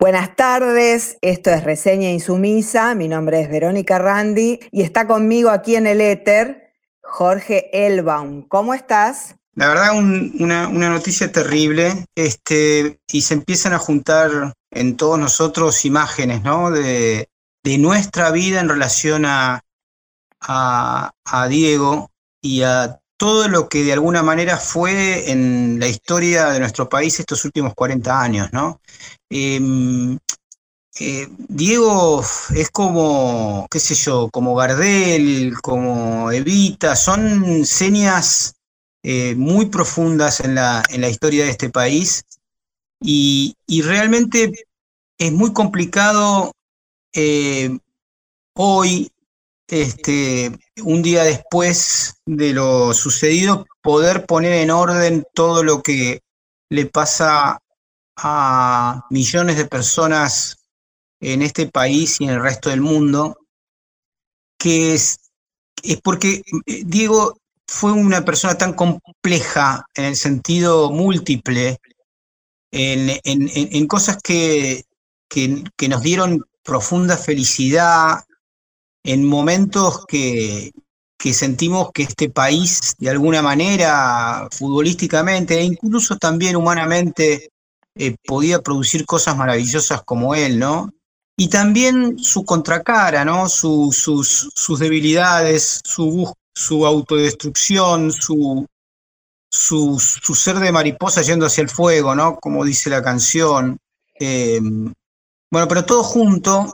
Buenas tardes, esto es Reseña Insumisa, mi nombre es Verónica Randi y está conmigo aquí en el éter Jorge Elbaum. ¿Cómo estás? La verdad, una noticia terrible, y se empiezan a juntar en todos nosotros imágenes, ¿no? De nuestra vida en relación a Diego y a todo lo que de alguna manera fue en la historia de nuestro país estos últimos 40 años, ¿no? Em, Diego es como, qué sé yo, como Gardel, como Evita, son señas muy profundas en la historia de este país y realmente es muy complicado eh, hoy, un día después de lo sucedido, poder poner en orden todo lo que le pasa a millones de personas en este país y en el resto del mundo, que es porque Diego fue una persona tan compleja en el sentido múltiple, en cosas que nos dieron profunda felicidad, en momentos que sentimos que este país, de alguna manera, futbolísticamente e incluso también humanamente, podía producir cosas maravillosas como él, ¿no? Y también su contracara, ¿no? Sus debilidades, su autodestrucción, su ser de mariposa yendo hacia el fuego, ¿no? Como dice la canción. Eh, bueno, pero todo junto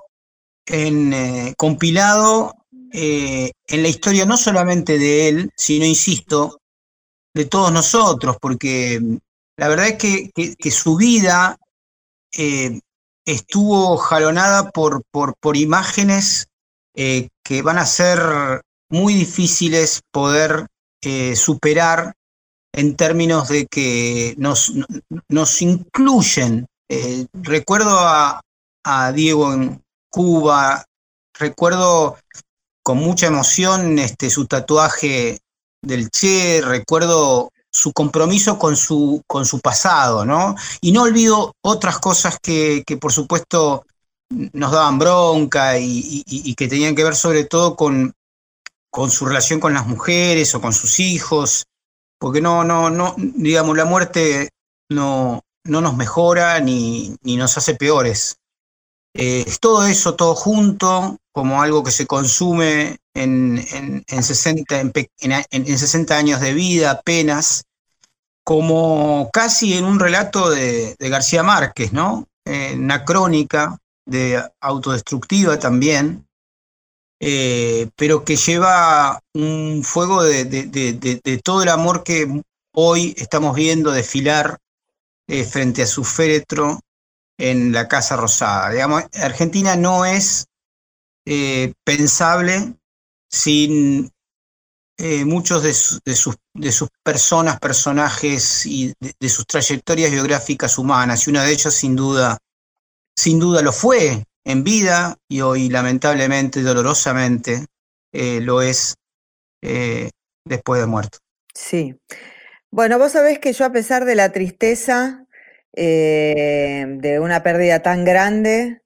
compilado en la historia no solamente de él, sino, insisto, de todos nosotros, porque la verdad es que su vida eh, estuvo jalonada por imágenes que van a ser muy difíciles poder superar en términos de que nos incluyen. Recuerdo a Diego en Cuba, recuerdo con mucha emoción su tatuaje del Che, recuerdo su compromiso con su pasado, ¿no? Y no olvido otras cosas que por supuesto nos daban bronca y que tenían que ver sobre todo con su relación con las mujeres o con sus hijos, porque no, digamos, la muerte no nos mejora ni nos hace peores. Todo eso, todo junto, como algo que se consume en 60, en 60 años de vida apenas, como casi en un relato de García Márquez, ¿no? Una crónica de autodestructiva también, pero que lleva un fuego de todo el amor que hoy estamos viendo desfilar frente a su féretro en la Casa Rosada. Digamos, Argentina no es pensable sin muchos de sus personas, personajes y de sus trayectorias biográficas humanas, y uno de ellos sin duda lo fue en vida y hoy lamentablemente, dolorosamente, lo es eh, después de muerto. Sí. Bueno, vos sabés que yo, a pesar de la tristeza de una pérdida tan grande,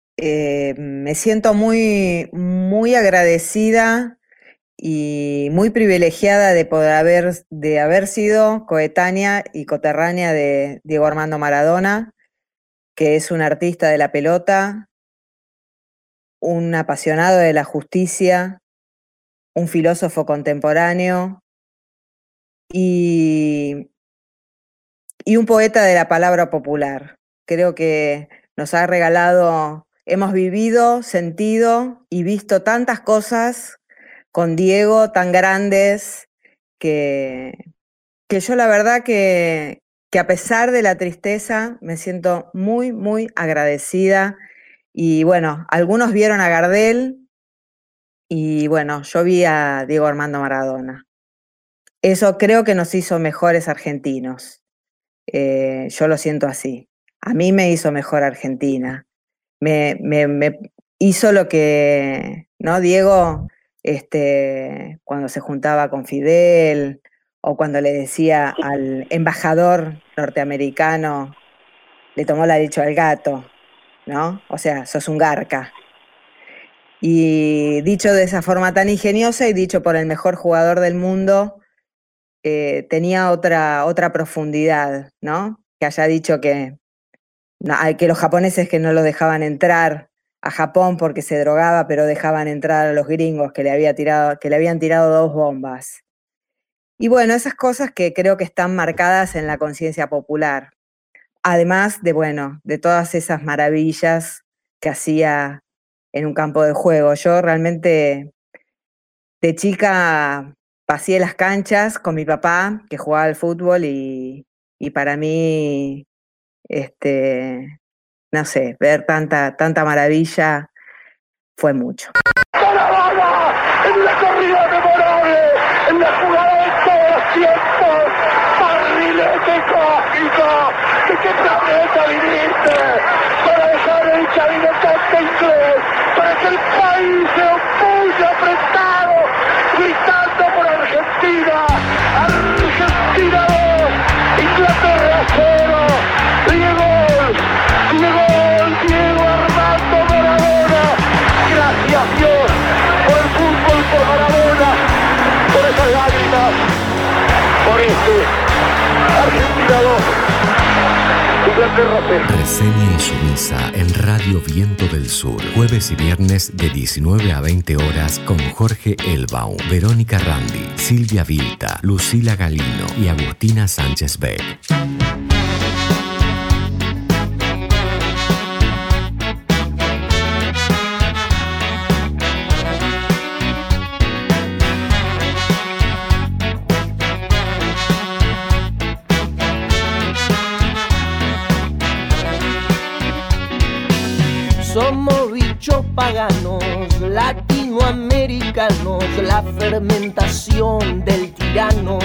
me siento muy agradecida y muy privilegiada de haber sido coetánea y coterránea de Diego Armando Maradona, que es un artista de la pelota, un apasionado de la justicia, un filósofo contemporáneo y, y un poeta de la palabra popular. Creo que nos ha regalado, hemos vivido, sentido y visto tantas cosas con Diego tan grandes que, que yo la verdad que a pesar de la tristeza me siento muy agradecida. Y bueno, algunos vieron a Gardel y bueno, yo vi a Diego Armando Maradona. Eso creo que nos hizo mejores argentinos. Yo lo siento así. A mí me hizo mejor Argentina. Me hizo lo que, ¿no? Diego, cuando se juntaba con Fidel o cuando le decía al embajador norteamericano, le tomó la leche al gato. ¿no? O sea, sos un garca. Y dicho de esa forma tan ingeniosa y dicho por el mejor jugador del mundo, tenía otra profundidad, ¿no? Que haya dicho que los japoneses que no lo dejaban entrar a Japón porque se drogaba, pero dejaban entrar a los gringos que le habían tirado 2 bombas. Y bueno, esas cosas que creo que están marcadas en la conciencia popular. Además de, bueno, de todas esas maravillas que hacía en un campo de juego. Yo realmente de chica paseé las canchas con mi papá, que jugaba al fútbol, y para mí, no sé, ver tanta maravilla fue mucho. Maradona en la corrida memorable, en la jugada de todos los tiempos, barrilete cósmico, ¿de qué planeta viniste? Para dejar el chavinotante inglés, para que el país se opulle apretado, gritando por Argentina, Argentina 2, Inglaterra 0, Diego Armando Maradona, gracias Dios, por el fútbol, por Maradona, por esas lágrimas, por Argentina 2, Inglaterra 0. Reseña Insumisa en Radio Viento del Sur, jueves y viernes de 19 a 20 horas con Jorge Elbaum, Verónica Randi, Silvia Vilta, Lucila Galino y Agustina Sánchez Beck. Somos bichos paganos, latinoamericanos, la fermentación del tirano.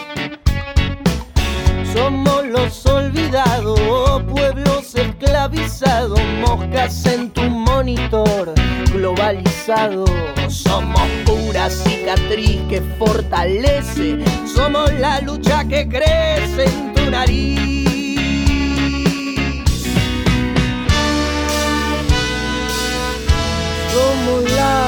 Somos los olvidados, pueblos esclavizados, moscas en tu monitor globalizado. Somos pura cicatriz que fortalece, somos la lucha que crece en tu nariz. Somos la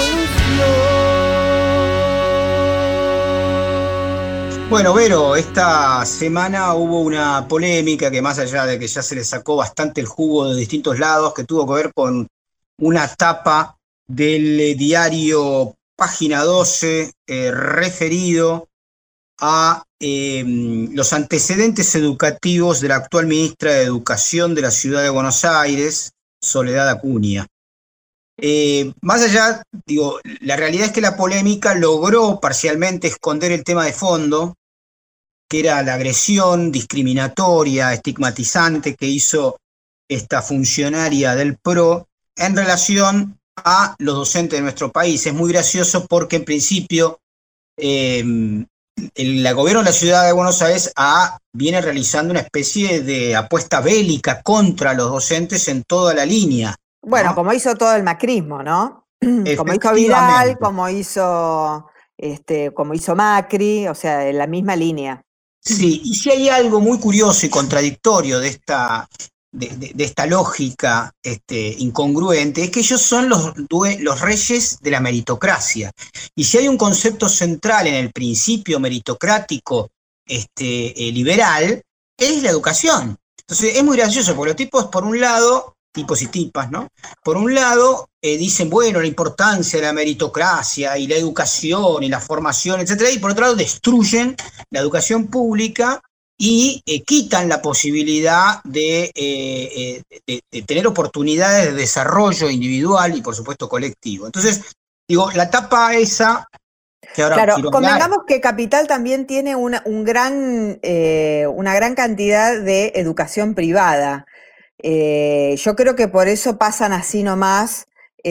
revolución. Bueno, Vero, esta semana hubo una polémica que, más allá de que ya se le sacó bastante el jugo de distintos lados, que tuvo que ver con una tapa del diario Página 12 referido a los antecedentes educativos de la actual ministra de Educación de la Ciudad de Buenos Aires, Soledad Acuña. Más allá, digo, la realidad es que la polémica logró parcialmente esconder el tema de fondo, que era la agresión discriminatoria, estigmatizante que hizo esta funcionaria del PRO en relación a los docentes de nuestro país. Es muy gracioso porque en principio el gobierno de la Ciudad de Buenos Aires viene realizando una especie de apuesta bélica contra los docentes en toda la línea. Bueno, ¿no? como hizo todo el macrismo, ¿no? Como hizo Vidal, como hizo Macri, o sea, en la misma línea. Sí, y si hay algo muy curioso y contradictorio de esta lógica incongruente, es que ellos son los reyes de la meritocracia. Y si hay un concepto central en el principio meritocrático liberal, es la educación. Entonces es muy gracioso, porque los tipos, por un lado, tipos y tipas, ¿no? Por un lado, dicen, bueno, la importancia de la meritocracia y la educación y la formación, etcétera, y por otro lado destruyen la educación pública y quitan la posibilidad de tener oportunidades de desarrollo individual y, por supuesto, colectivo. Entonces, digo, la tapa esa... Claro, convengamos que Capital también tiene una gran cantidad de educación privada. Yo creo que por eso pasan así nomás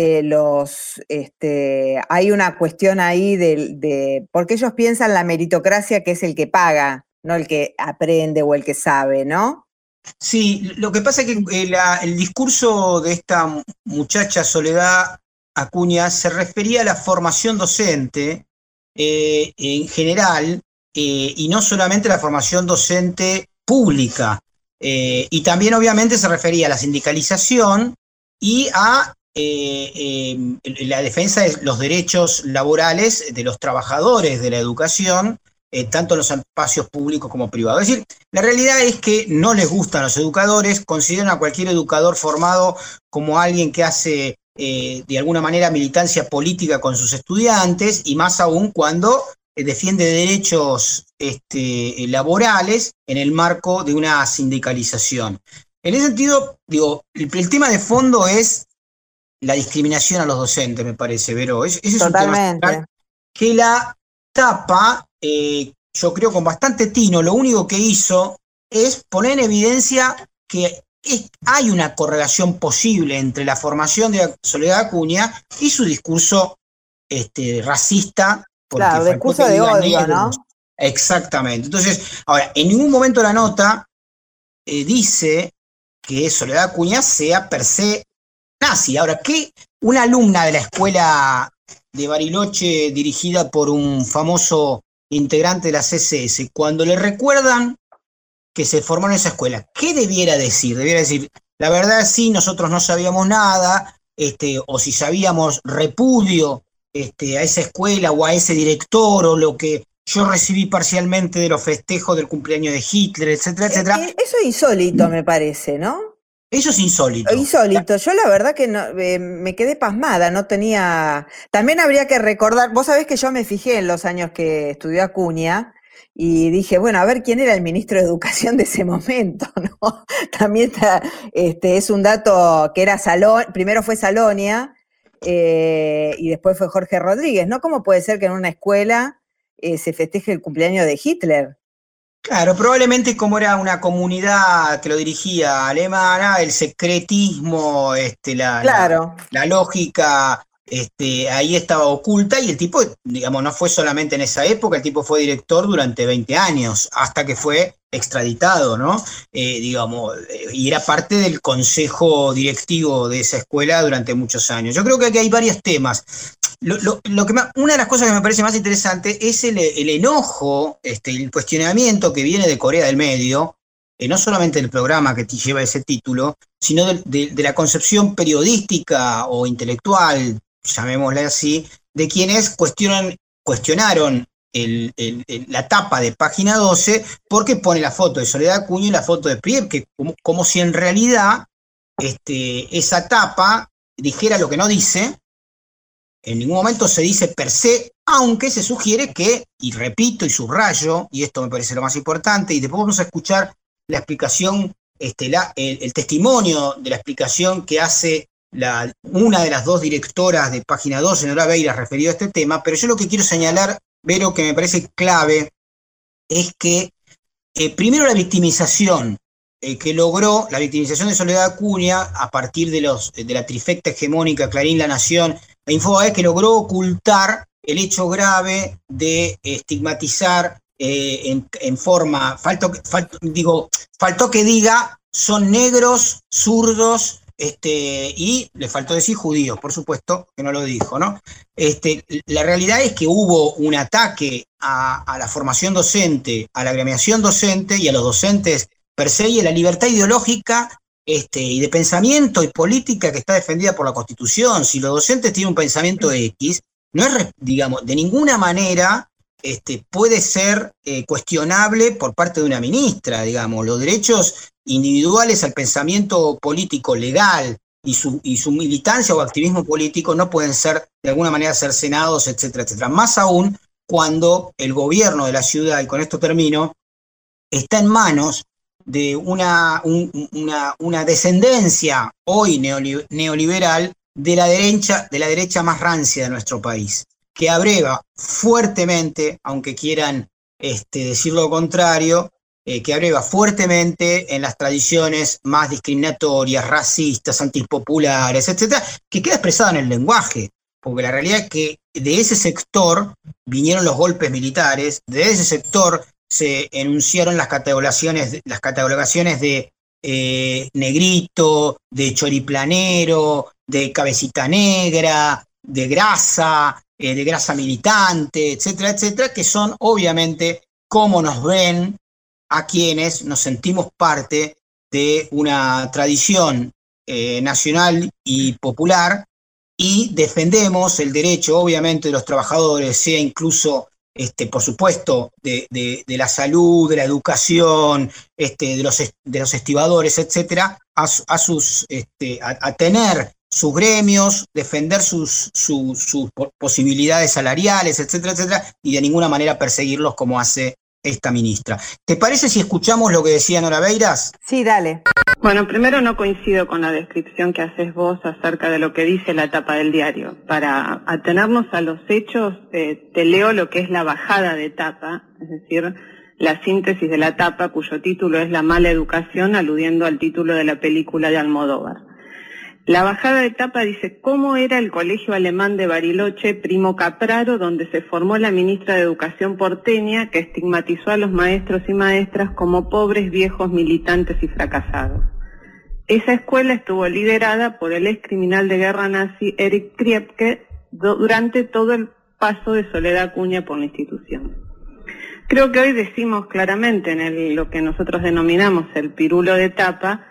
hay una cuestión ahí porque ellos piensan la meritocracia que es el que paga, no el que aprende o el que sabe, ¿no? Sí, lo que pasa es que el discurso de esta muchacha Soledad Acuña se refería a la formación docente en general y no solamente a la formación docente pública. Y también obviamente se refería a la sindicalización y a la defensa de los derechos laborales de los trabajadores de la educación, tanto en los espacios públicos como privados. Es decir, la realidad es que no les gustan los educadores, consideran a cualquier educador formado como alguien que hace de alguna manera militancia política con sus estudiantes, y más aún cuando defiende derechos laborales en el marco de una sindicalización. En ese sentido, digo, el tema de fondo es la discriminación a los docentes, me parece, Vero. Ese es un tema central que la tapa, yo creo con bastante tino, lo único que hizo es poner en evidencia que hay una correlación posible entre la formación de Soledad Acuña y su discurso racista. Claro, discurso de odio, ¿no? Exactamente. Entonces, ahora, en ningún momento la nota dice que Soledad Acuña sea per se nazi. Ahora, que una alumna de la escuela de Bariloche dirigida por un famoso integrante de la CSS, cuando le recuerdan que se formó en esa escuela, ¿qué debiera decir? Debiera decir, la verdad sí, nosotros no sabíamos nada, o si sabíamos, repudio a esa escuela o a ese director, o lo que yo recibí parcialmente de los festejos del cumpleaños de Hitler, etcétera, etcétera. Eso es insólito, me parece, ¿no? Eso es insólito. Insólito. Yo la verdad que no, me quedé pasmada, no tenía... También habría que recordar, vos sabés que yo me fijé en los años que estudió Acuña y dije, bueno, a ver quién era el ministro de Educación de ese momento, ¿no? También está, es un dato que era primero fue Salonia y después fue Jorge Rodríguez, ¿no? ¿Cómo puede ser que en una escuela se festeje el cumpleaños de Hitler? Claro, probablemente como era una comunidad que lo dirigía alemana, el secretismo, la lógica, ahí estaba oculta, y el tipo, digamos, no fue solamente en esa época, el tipo fue director durante 20 años, hasta que fue extraditado, ¿no? Digamos, y era parte del consejo directivo de esa escuela durante muchos años. Yo creo que aquí hay varios temas. Una de las cosas que me parece más interesante es el enojo, el cuestionamiento que viene de Corea del Medio, no solamente del programa que lleva ese título, sino de la concepción periodística o intelectual, llamémosla así, de quienes cuestionaron la tapa de Página 12 porque pone la foto de Soledad Acuña y la foto de Priev, que como si en realidad esa tapa dijera lo que no dice. En ningún momento se dice per se, aunque se sugiere que, y repito y subrayo, y esto me parece lo más importante, y después vamos a escuchar la explicación, el testimonio de la explicación que hace una de las dos directoras de Página 12, Nora Beira, referido a este tema, pero yo lo que quiero señalar, Vero, que me parece clave, es que primero la victimización que logró, la victimización de Soledad Acuña a partir de la trifecta hegemónica Clarín, La Nación e Infobae, que logró ocultar el hecho grave de estigmatizar en forma, faltó que diga, son negros, zurdos, y le faltó decir judíos, por supuesto que no lo dijo, ¿no? La realidad es que hubo un ataque a la formación docente, a la agremiación docente y a los docentes per se, y a la libertad ideológica y de pensamiento y política que está defendida por la Constitución. Si los docentes tienen un pensamiento X, no es, digamos, de ninguna manera puede ser cuestionable por parte de una ministra, digamos. Los derechos individuales al pensamiento político legal y su militancia o activismo político no pueden ser de alguna manera cercenados, etcétera, etcétera. Más aún cuando el gobierno de la ciudad, y con esto termino, está en manos de una descendencia hoy neoliberal de la derecha más rancia de nuestro país, que abreva fuertemente, aunque quieran decir lo contrario, que abreva fuertemente en las tradiciones más discriminatorias, racistas, antipopulares, etcétera, que queda expresada en el lenguaje, porque la realidad es que de ese sector vinieron los golpes militares, de ese sector se enunciaron las catalogaciones de negrito, de choriplanero, de cabecita negra, de grasa militante, etcétera, etcétera, que son obviamente cómo nos ven a quienes nos sentimos parte de una tradición nacional y popular, y defendemos el derecho, obviamente, de los trabajadores, sea incluso, por supuesto, de la salud, de la educación, de los estibadores, etcétera, a tener sus gremios, defender sus posibilidades salariales, etcétera, etcétera, y de ninguna manera perseguirlos como hace esta ministra. ¿Te parece si escuchamos lo que decía Nora Beiras? Sí, dale. Bueno, primero no coincido con la descripción que haces vos acerca de lo que dice la tapa del diario. Para atenernos a los hechos, te leo lo que es la bajada de tapa, es decir, la síntesis de la tapa, cuyo título es La mala educación, aludiendo al título de la película de Almodóvar. La bajada de tapa dice: ¿cómo era el colegio alemán de Bariloche, Primo Capraro, donde se formó la ministra de Educación porteña, que estigmatizó a los maestros y maestras como pobres viejos militantes y fracasados? Esa escuela estuvo liderada por el ex criminal de guerra nazi Erich Kriepke durante todo el paso de Soledad Acuña por la institución. Creo que hoy decimos claramente en lo que nosotros denominamos el pirulo de tapa,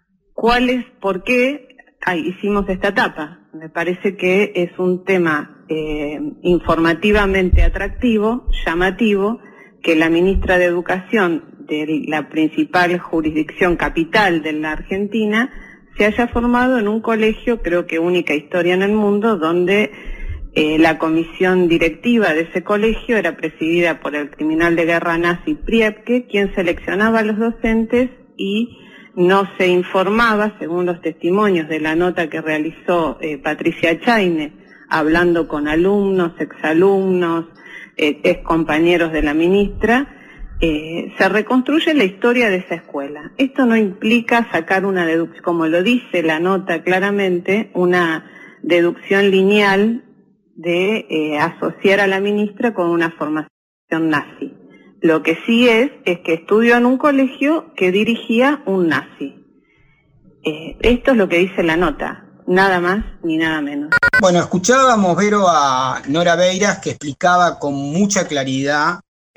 por qué hicimos esta tapa. Me parece que es un tema informativamente atractivo, llamativo, que la ministra de Educación de la principal jurisdicción capital de la Argentina se haya formado en un colegio, creo que única historia en el mundo, donde la comisión directiva de ese colegio era presidida por el criminal de guerra nazi Priebke, quien seleccionaba a los docentes y no se informaba, según los testimonios de la nota que realizó Patricia Chaine, hablando con alumnos, exalumnos, excompañeros de la ministra. Se reconstruye la historia de esa escuela. Esto no implica sacar una deducción, como lo dice la nota claramente, una deducción lineal de asociar a la ministra con una formación nazi. Lo que sí es que estudió en un colegio que dirigía un nazi. Esto es lo que dice la nota, nada más ni nada menos. Bueno, escuchábamos, Vero, a Nora Beiras, que explicaba con mucha claridad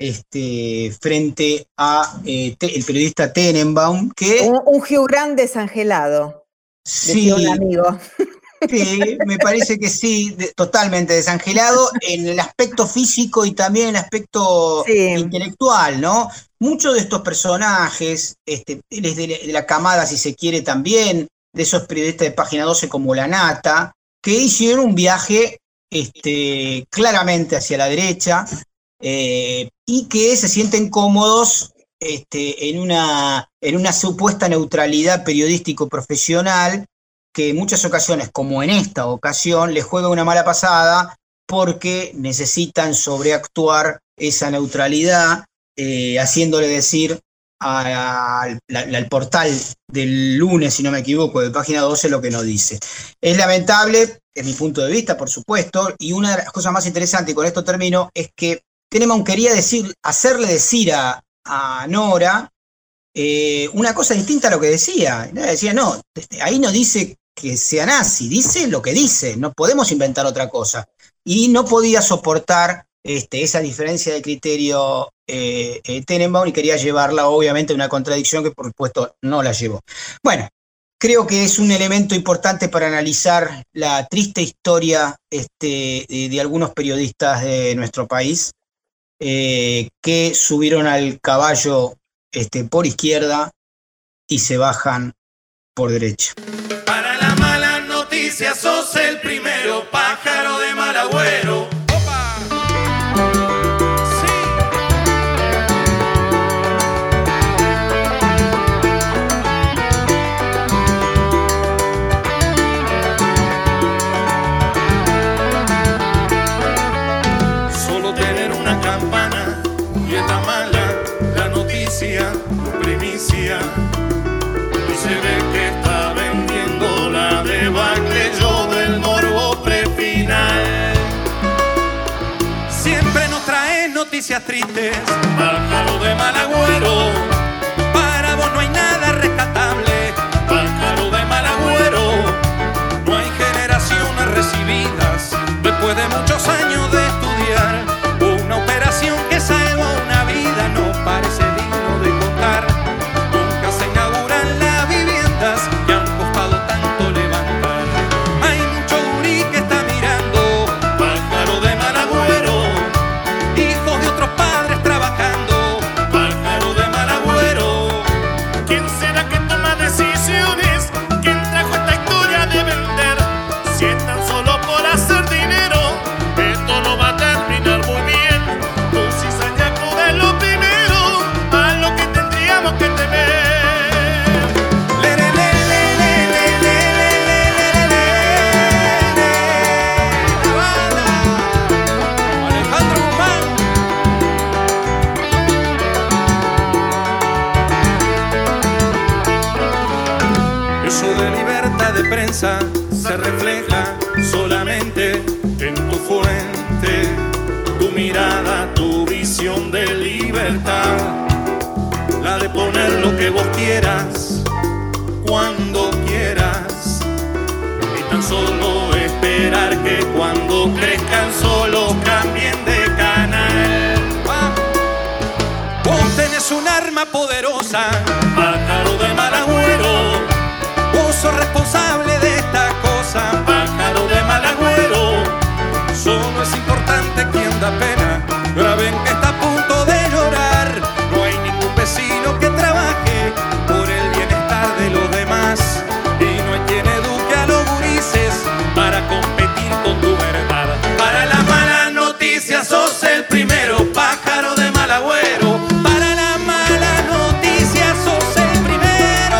frente a el periodista Tenenbaum, que... Un Hugh Grant desangelado, sí, decía un amigo. Sí, me parece que sí, totalmente desangelado en el aspecto físico y también en el aspecto intelectual, ¿no? Muchos de estos personajes, él es de la camada, si se quiere, también, de esos periodistas de Página 12 como La Nata, que hicieron un viaje claramente hacia la derecha y que se sienten cómodos en una supuesta neutralidad periodístico-profesional, que en muchas ocasiones, como en esta ocasión, les juega una mala pasada porque necesitan sobreactuar esa neutralidad, haciéndole decir al portal del lunes, si no me equivoco, de Página 12, lo que no dice. Es lamentable, desde mi punto de vista, por supuesto, y una de las cosas más interesantes, y con esto termino, es que Tenenbaum quería hacerle decir a Nora una cosa distinta a lo que decía. Decía, no, ahí no dice que sea nazi, dice lo que dice, no podemos inventar otra cosa. Y no podía soportar esa diferencia de criterio Tenenbaum y quería llevarla, obviamente, a una contradicción que, por supuesto, no la llevó. Bueno, creo que es un elemento importante para analizar la triste historia de algunos periodistas de nuestro país que subieron al caballo por izquierda y se bajan por derecha. Para la mala noticia sos el primero, pájaro de mal agüero. ¡Opa! Sí. Solo tener una campana y está mala la noticia, primicia. Se ve que está vendiendo la debacle, yo del morbo prefinal. Siempre nos traes noticias tristes, pájaro de mal agüero. Para vos no hay nada rescatable, pájaro de mal agüero. No hay generaciones recibidas después de muchos años de estudiar. Una operación que salva una vida no parece digno de contar. Nunca se inaugura la vida se refleja solamente en tu fuente, tu mirada, tu visión de libertad, la de poner lo que vos quieras, cuando quieras, y tan solo esperar que cuando crezcan solo cambien de canal. Vos tenés un arma poderosa, pájaro de mal agüero. Vos sos responsable de esta cosa, pájaro de mal agüero. Solo es importante quien da pena, graben que está a punto de llorar. No hay ningún vecino que trabaje por el bienestar de los demás, y no hay quien eduque a los gurises para competir con tu verdad. Para las malas noticias sos el primero, pájaro de mal agüero. Para las malas noticias sos el primero,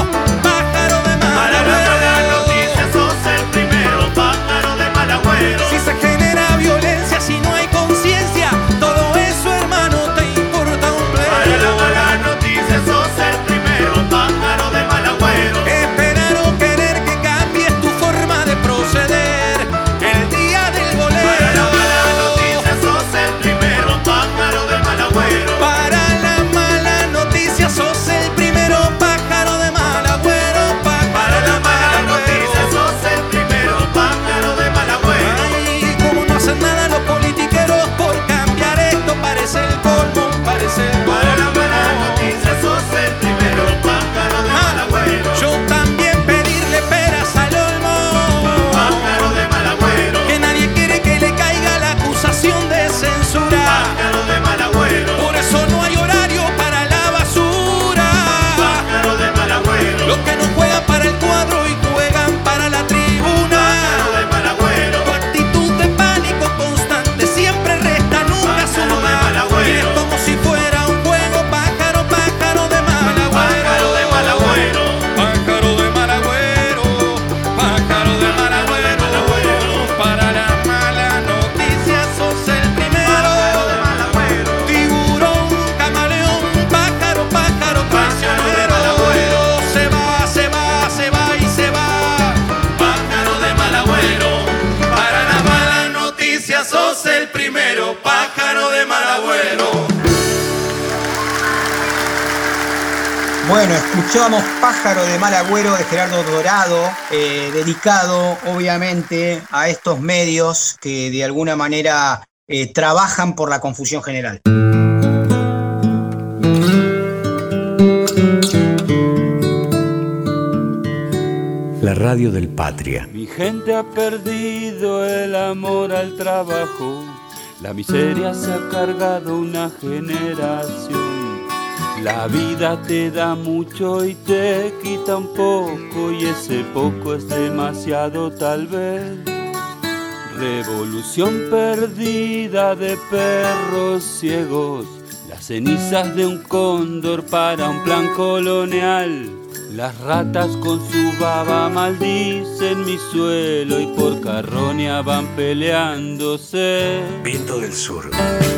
pájaro de mal agüero. Para las malas noticias sos el primero, pájaro de mal agüero. Si se genera violencia, si no hay conciencia, todo eso, hermano, te importa un bledo. Para las malas noticias sos el primero, pájaro de mal agüero. Esperar o querer que cambies tu forma de proceder el día del bolero. Para las malas noticias sos el primero, pájaro de mal agüero. Para las malas noticias sos el primero, pájaro de mal agüero. Para las malas noticias sos el primero, pájaro de mal agüero. Ay, como no hacen nada los politiqueros por cambiar esto, parece el colmo, parece el colmo. Para las malas noticias sos el primero, pájaro de mal agüero. Yo también pedirle peras al olmo, pájaro de mal agüero. Que nadie quiere que le caiga la acusación de censura, pájaro de mal agüero. Por eso no hay horario para la basura, pájaro de mal agüero. Los que no juegan para el cuadro y juegan para la tribuna, pájaro de mal agüero. Tu actitud de pánico constante siempre resta, nunca suma. Y es como si fuera un juego, pájaro, pájaro de mal agüero. Pájaro de mal agüero, pájaro de mal agüero, pájaro de mal agüero. Para las malas noticias sos el primero, pájaro de mal agüero. Tiburón, camaleón, pájaro, pájaro, traicionero. Se va, se va, se va y se va, pájaro de mal agüero. Para las malas noticias sos el primero, pájaro de mal agüero. Bueno, escuchamos Pájaro de mal agüero de Gerardo Dorado, dedicado obviamente a estos medios que de alguna manera trabajan por la confusión general. La radio del Patria. Mi gente ha perdido el amor al trabajo, la miseria se ha cargado una generación. La vida te da mucho y te quita un poco, y ese poco es demasiado tal vez. Revolución perdida de perros ciegos, las cenizas de un cóndor para un plan colonial. Las ratas con su baba maldicen mi suelo y por carroña van peleándose. Viento del Sur.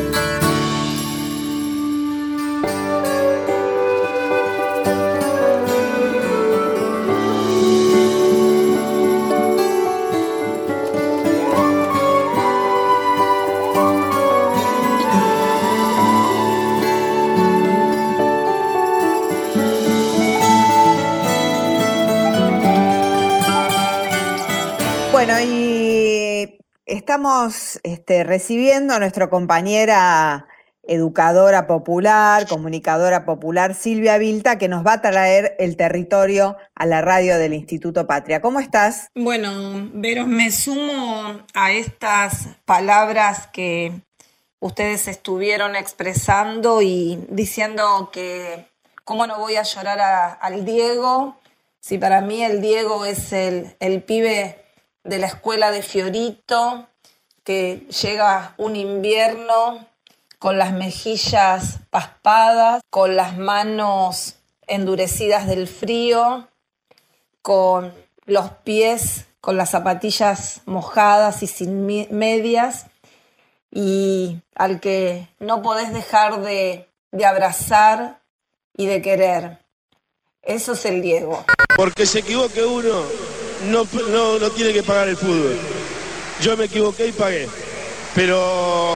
Bueno, y estamos recibiendo a nuestra compañera educadora popular, comunicadora popular, Silvia Vilta, que nos va a traer el territorio a la radio del Instituto Patria. ¿Cómo estás? Bueno, Vero, me sumo a estas palabras que ustedes estuvieron expresando y diciendo que cómo no voy a llorar al Diego, si para mí el Diego es el pibe de la escuela de Fiorito, que llega un invierno con las mejillas paspadas, con las manos endurecidas del frío, con los pies, con las zapatillas mojadas y sin medias, y al que no podés dejar de abrazar y de querer. Eso es el Diego. Porque se equivoque uno, no tiene que pagar el fútbol. Yo me equivoqué y pagué, pero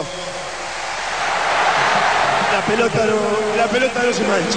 la pelota no se mancha.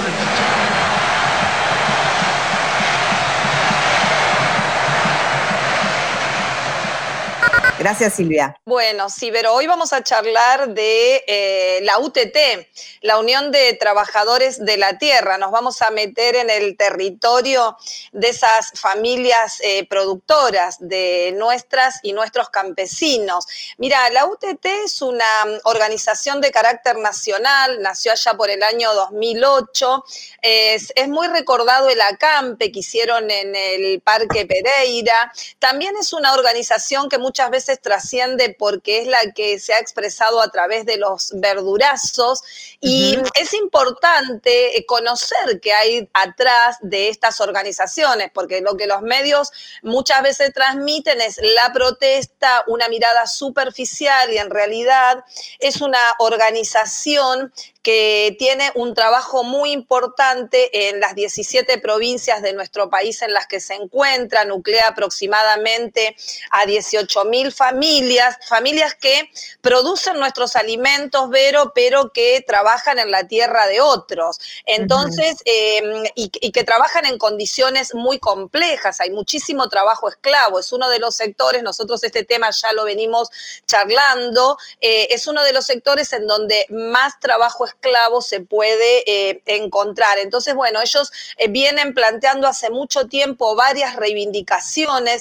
Gracias, Silvia. Bueno, sí, pero hoy vamos a charlar de la UTT, la Unión de Trabajadores de la Tierra. Nos vamos a meter en el territorio de esas familias productoras, de nuestras y nuestros campesinos. Mira, la UTT es una organización de carácter nacional, nació allá por el año 2008. Es muy recordado el acampe que hicieron en el Parque Pereira. También es una organización que muchas veces trasciende porque es la que se ha expresado a través de los verdurazos y es importante conocer qué hay atrás de estas organizaciones, porque lo que los medios muchas veces transmiten es la protesta, una mirada superficial, y en realidad es una organización que tiene un trabajo muy importante en las 17 provincias de nuestro país en las que se encuentra, nuclea aproximadamente a 18.000 familias que producen nuestros alimentos, Vero, pero que trabajan en la tierra de otros. Entonces, y que trabajan en condiciones muy complejas, hay muchísimo trabajo esclavo, es uno de los sectores, nosotros este tema ya lo venimos charlando, es uno de los sectores en donde más trabajo esclavo se puede encontrar. Entonces, bueno, ellos vienen planteando hace mucho tiempo varias reivindicaciones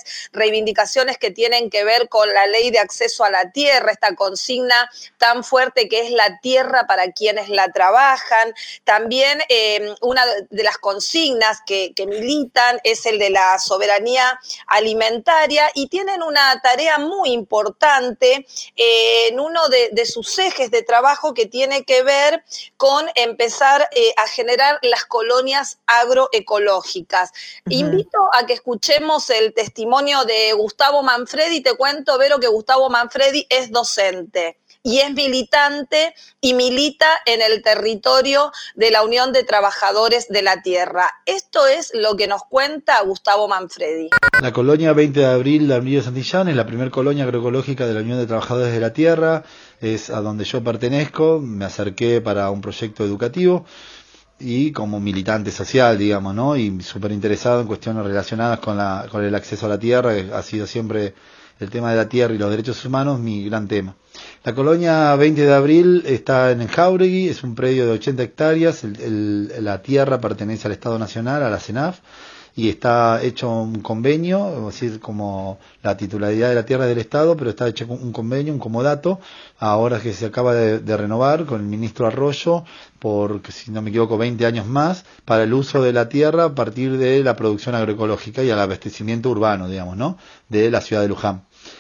que tienen que ver con la ley de acceso a la tierra, esta consigna tan fuerte que es la tierra para quienes la trabajan. También una de las consignas que militan es el de la soberanía alimentaria y tienen una tarea muy importante en uno de sus ejes de trabajo que tiene que ver con empezar a generar las colonias agroecológicas. Invito a que escuchemos el testimonio de Gustavo Manfredi. Te cuento, Vero, que Gustavo Manfredi es docente y es militante y milita en el territorio de la Unión de Trabajadores de la Tierra. Esto es lo que nos cuenta Gustavo Manfredi. La colonia 20 de abril de Armillo Santillán es la primer colonia agroecológica de la Unión de Trabajadores de la Tierra, es a donde yo pertenezco, me acerqué para un proyecto educativo y como militante social, digamos, ¿no? Y súper interesado en cuestiones relacionadas con el acceso a la tierra, que ha sido siempre el tema de la tierra y los derechos humanos mi gran tema. La colonia 20 de abril está en el Jáuregui, es un predio de 80 hectáreas, la tierra pertenece al Estado Nacional, a la CENAF, y está hecho un convenio, es decir, como la titularidad de la tierra es del Estado, pero está hecho un convenio, un comodato, ahora que se acaba de renovar con el ministro Arroyo, por, si no me equivoco, 20 años más, para el uso de la tierra a partir de la producción agroecológica y al abastecimiento urbano, digamos, ¿no?, de la ciudad de Luján.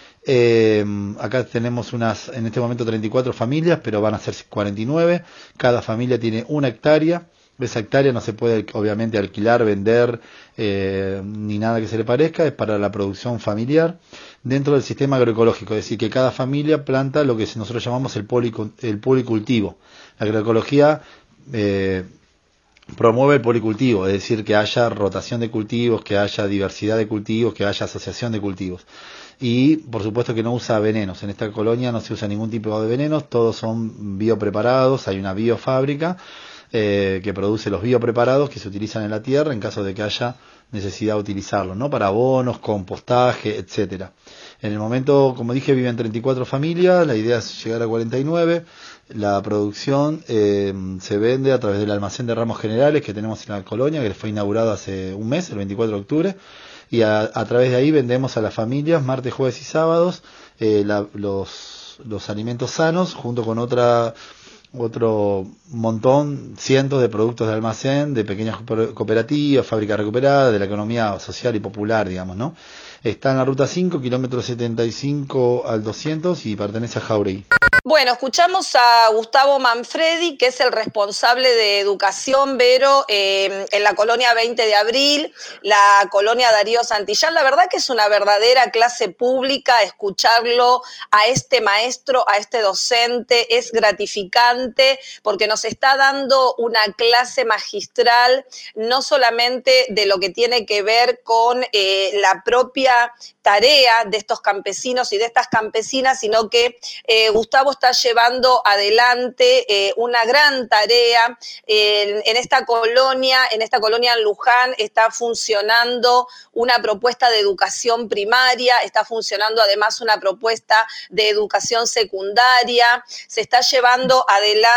Acá tenemos en este momento 34 familias, pero van a ser 49, cada familia tiene una hectárea. Esa hectárea no se puede obviamente alquilar, vender, ni nada que se le parezca, es para la producción familiar dentro del sistema agroecológico, es decir, que cada familia planta lo que nosotros llamamos el policultivo. La agroecología promueve el policultivo, es decir, que haya rotación de cultivos, que haya diversidad de cultivos, que haya asociación de cultivos. Y por supuesto que no usa venenos, en esta colonia no se usa ningún tipo de venenos, todos son biopreparados, hay una biofábrica que produce los biopreparados que se utilizan en la tierra en caso de que haya necesidad de utilizarlos, ¿no?, para abonos, compostaje, etcétera. En el momento, como dije, viven 34 familias, la idea es llegar a 49. La producción se vende a través del almacén de ramos generales que tenemos en la colonia, que fue inaugurado hace un mes, el 24 de octubre, y a través de ahí vendemos a las familias martes, jueves y sábados los alimentos sanos junto con otro montón, cientos de productos de almacén, de pequeñas cooperativas, fábricas recuperadas, de la economía social y popular, digamos, ¿no? Está en la ruta 5, kilómetro 75 al 200 y pertenece a Jáuregui. Bueno, escuchamos a Gustavo Manfredi, que es el responsable de educación, Vero, en la colonia 20 de Abril, la colonia Darío Santillán. La verdad que es una verdadera clase pública escucharlo a este maestro, a este docente. Es gratificante porque nos está dando una clase magistral, no solamente de lo que tiene que ver con la propia tarea de estos campesinos y de estas campesinas, sino que Gustavo está llevando adelante una gran tarea en esta colonia en Luján. Está funcionando una propuesta de educación primaria, está funcionando además una propuesta de educación secundaria, se está llevando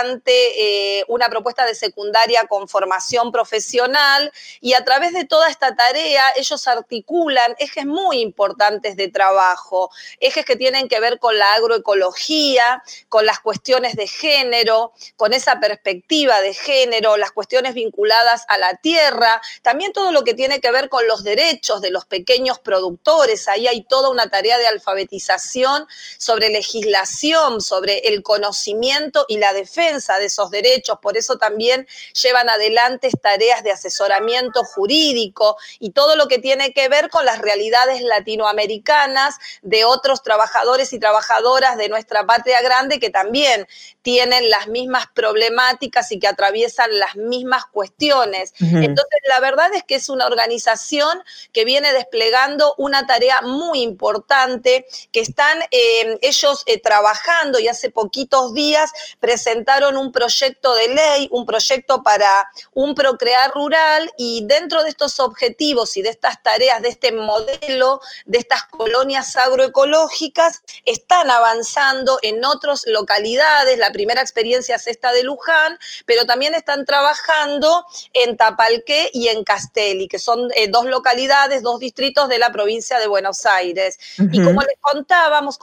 adelante una propuesta de secundaria con formación profesional, y a través de toda esta tarea ellos articulan ejes muy importantes de trabajo, ejes que tienen que ver con la agroecología, con las cuestiones de género, con esa perspectiva de género, las cuestiones vinculadas a la tierra, también todo lo que tiene que ver con los derechos de los pequeños productores. Ahí hay toda una tarea de alfabetización sobre legislación, sobre el conocimiento y la defensa de esos derechos. Por eso también llevan adelante tareas de asesoramiento jurídico y todo lo que tiene que ver con las realidades latinoamericanas de otros trabajadores y trabajadoras de nuestra patria grande que también tienen las mismas problemáticas y que atraviesan las mismas cuestiones. Entonces, la verdad es que es una organización que viene desplegando una tarea muy importante, que están ellos trabajando, y hace poquitos días presentaron un proyecto de ley, un proyecto para un procrear rural, y dentro de estos objetivos y de estas tareas, de este modelo, de estas colonias agroecológicas, están avanzando en otras localidades. La primera experiencia es esta de Luján, pero también están trabajando en Tapalqué y en Castelli, que son dos localidades, dos distritos de la provincia de Buenos Aires. Y como les contábamos,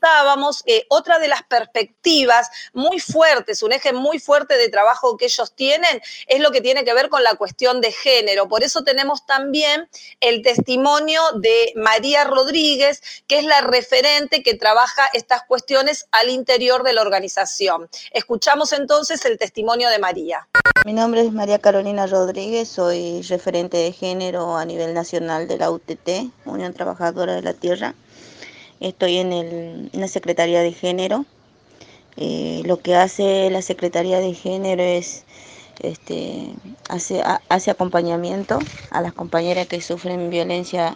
otra de las perspectivas muy fuertes, un eje muy fuerte de trabajo que ellos tienen, es lo que tiene que ver con la cuestión de género. Por eso tenemos también el testimonio de María Rodríguez, que es la referente que trabaja estas cuestiones al interior de la organización. Escuchamos entonces el testimonio de María. Mi nombre es María Carolina Rodríguez, soy referente de género a nivel nacional de la UTT, Unión Trabajadora de la Tierra. Estoy en la Secretaría de Género. Lo que hace la Secretaría de Género es hace acompañamiento a las compañeras que sufren violencia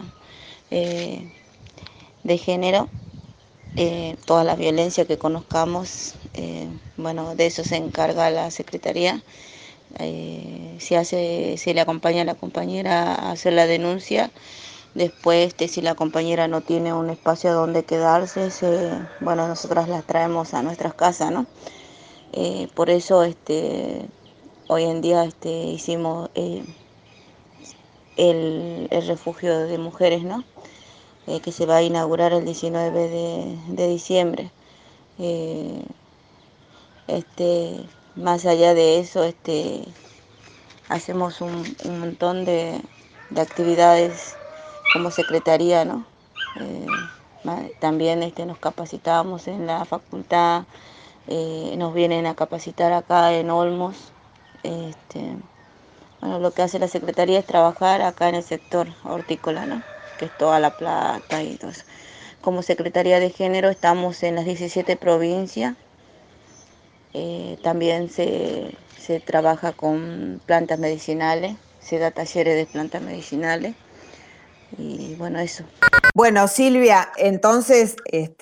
de género. Toda la violencia que conozcamos, de eso se encarga la Secretaría. Se le acompaña a la compañera a hacer la denuncia. Después, si la compañera no tiene un espacio donde quedarse, nosotras las traemos a nuestras casas, ¿no? Por eso hoy en día hicimos el refugio de mujeres, ¿no? Que se va a inaugurar el 19 de diciembre. Más allá de eso, hacemos un montón de actividades como secretaría, ¿no? También nos capacitamos en la facultad, nos vienen a capacitar acá en Olmos. Lo que hace la secretaría es trabajar acá en el sector hortícola, ¿no? Que es toda La Plata y todo eso. Como Secretaría de Género estamos en las 17 provincias. También se trabaja con plantas medicinales, se da talleres de plantas medicinales. Y eso. Bueno, Silvia, entonces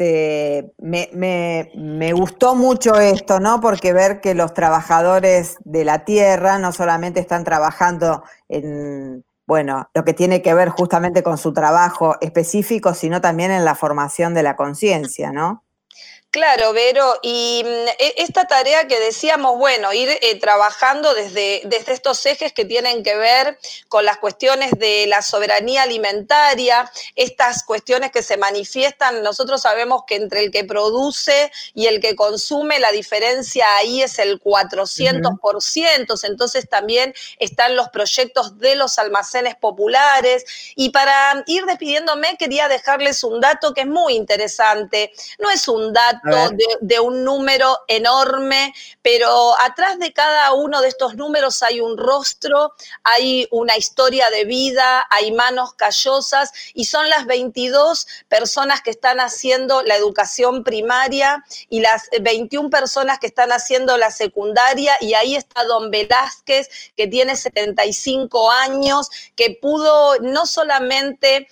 me gustó mucho esto, ¿no? Porque ver que los trabajadores de la tierra no solamente están trabajando en, lo que tiene que ver justamente con su trabajo específico, sino también en la formación de la conciencia, ¿no? Claro, Vero, y esta tarea que decíamos, ir trabajando desde estos ejes que tienen que ver con las cuestiones de la soberanía alimentaria, estas cuestiones que se manifiestan, nosotros sabemos que entre el que produce y el que consume, la diferencia ahí es el 400%, entonces también están los proyectos de los almacenes populares. Y para ir despidiéndome, quería dejarles un dato que es muy interesante. No es un dato dato de un número enorme, pero atrás de cada uno de estos números hay un rostro, hay una historia de vida, hay manos callosas, y son las 22 personas que están haciendo la educación primaria y las 21 personas que están haciendo la secundaria, y ahí está don Velázquez, que tiene 75 años, que pudo no solamente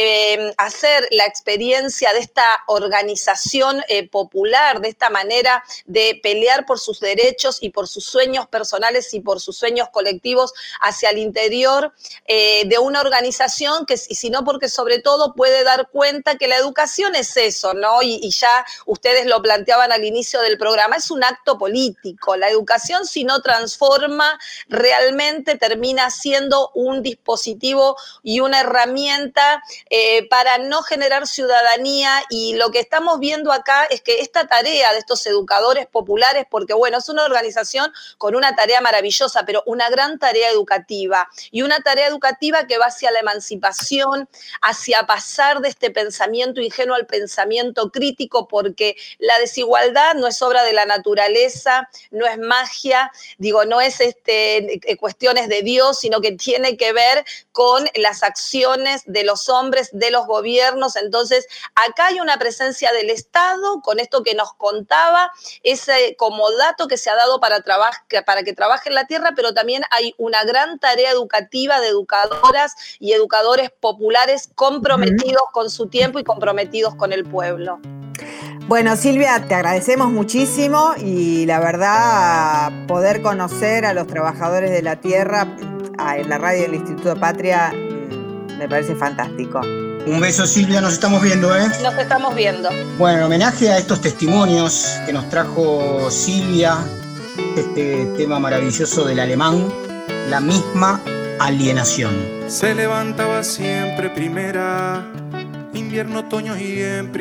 hacer la experiencia de esta organización popular, de esta manera de pelear por sus derechos y por sus sueños personales y por sus sueños colectivos hacia el interior de una organización que, sino porque sobre todo puede dar cuenta que la educación es eso, ¿no? Y ya ustedes lo planteaban al inicio del programa, es un acto político. La educación, si no transforma, realmente termina siendo un dispositivo y una herramienta para no generar ciudadanía, y lo que estamos viendo acá es que esta tarea de estos educadores populares, porque bueno, es una organización con una tarea maravillosa, pero una gran tarea educativa, y una tarea educativa que va hacia la emancipación, hacia pasar de este pensamiento ingenuo al pensamiento crítico, porque la desigualdad no es obra de la naturaleza, no es magia, digo, no es cuestiones de Dios, sino que tiene que ver con las acciones de los hombres, de los gobiernos. Entonces, acá hay una presencia del Estado, con esto que nos contaba, ese como dato que se ha dado para que trabaje en la tierra, pero también hay una gran tarea educativa de educadoras y educadores populares comprometidos con su tiempo y comprometidos con el pueblo. Bueno, Silvia, te agradecemos muchísimo, y la verdad, poder conocer a los trabajadores de la tierra en la radio del Instituto Patria me parece fantástico. Un beso, Silvia, nos estamos viendo, ¿eh? Nos estamos viendo. Bueno, en homenaje a estos testimonios que nos trajo Silvia, este tema maravilloso del alemán, La misma alienación. Se levantaba siempre primera, invierno, otoño y en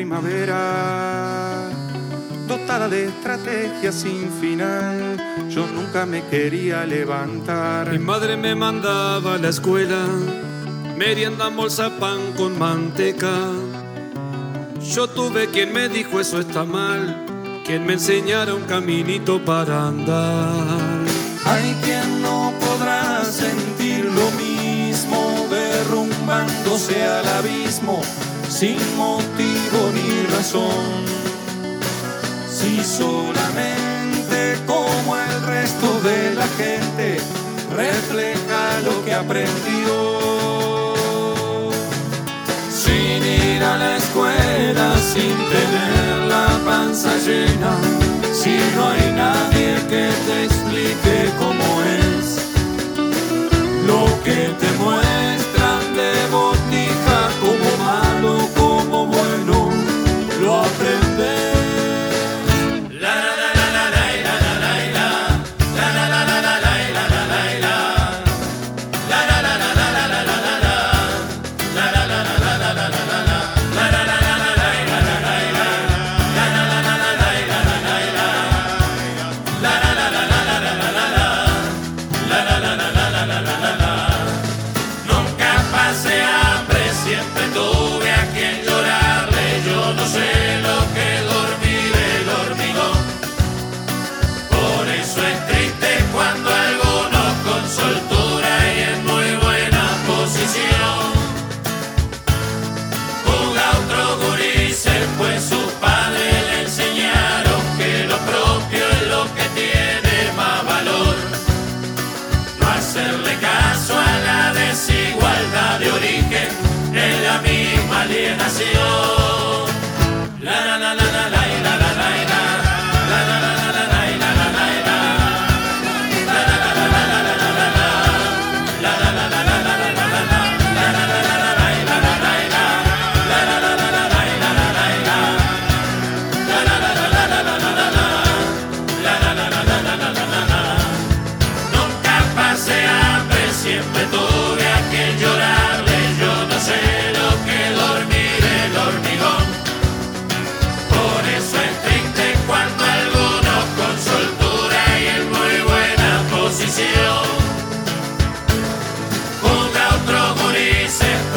primavera, dotada de estrategia sin final, yo nunca me quería levantar. Mi madre me mandaba a la escuela, merienda, bolsa, pan con manteca. Yo tuve quien me dijo eso está mal, quien me enseñara un caminito para andar. Hay quien no podrá sentir lo mismo, derrumbándose al abismo, sin motivo ni razón. Si solamente como el resto de la gente refleja lo que aprendió. Sin ir a la escuela, sin tener la panza llena, si no hay nadie que te explique cómo es lo que te muestran de botija, como malo, como bueno, lo aprendes.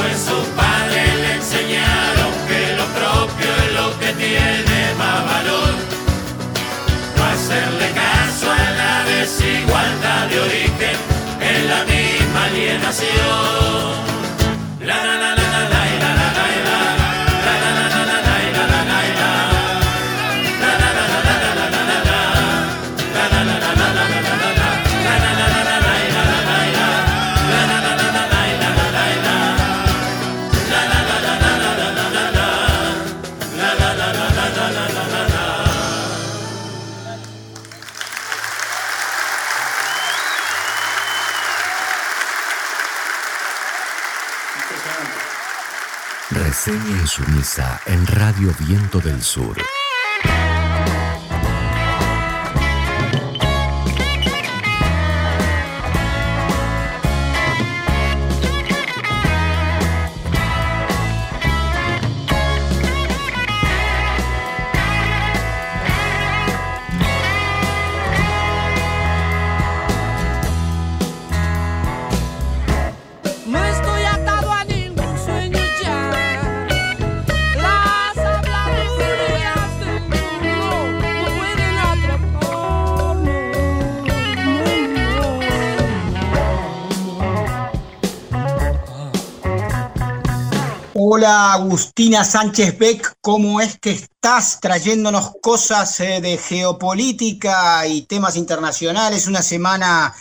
Tiene más valor. desigualdad de origen, en la misma alienación. La la la la la la la la la la la la la la la la la la Reseña Insumisa en Radio Viento del Sur. No estoy atado a ningún sueño ya. Las habladurías del mundo no pueden atraparme. Hola Agustina Sánchez Beck, ¿cómo es que estás trayéndonos cosas de geopolítica y temas internacionales? Una semana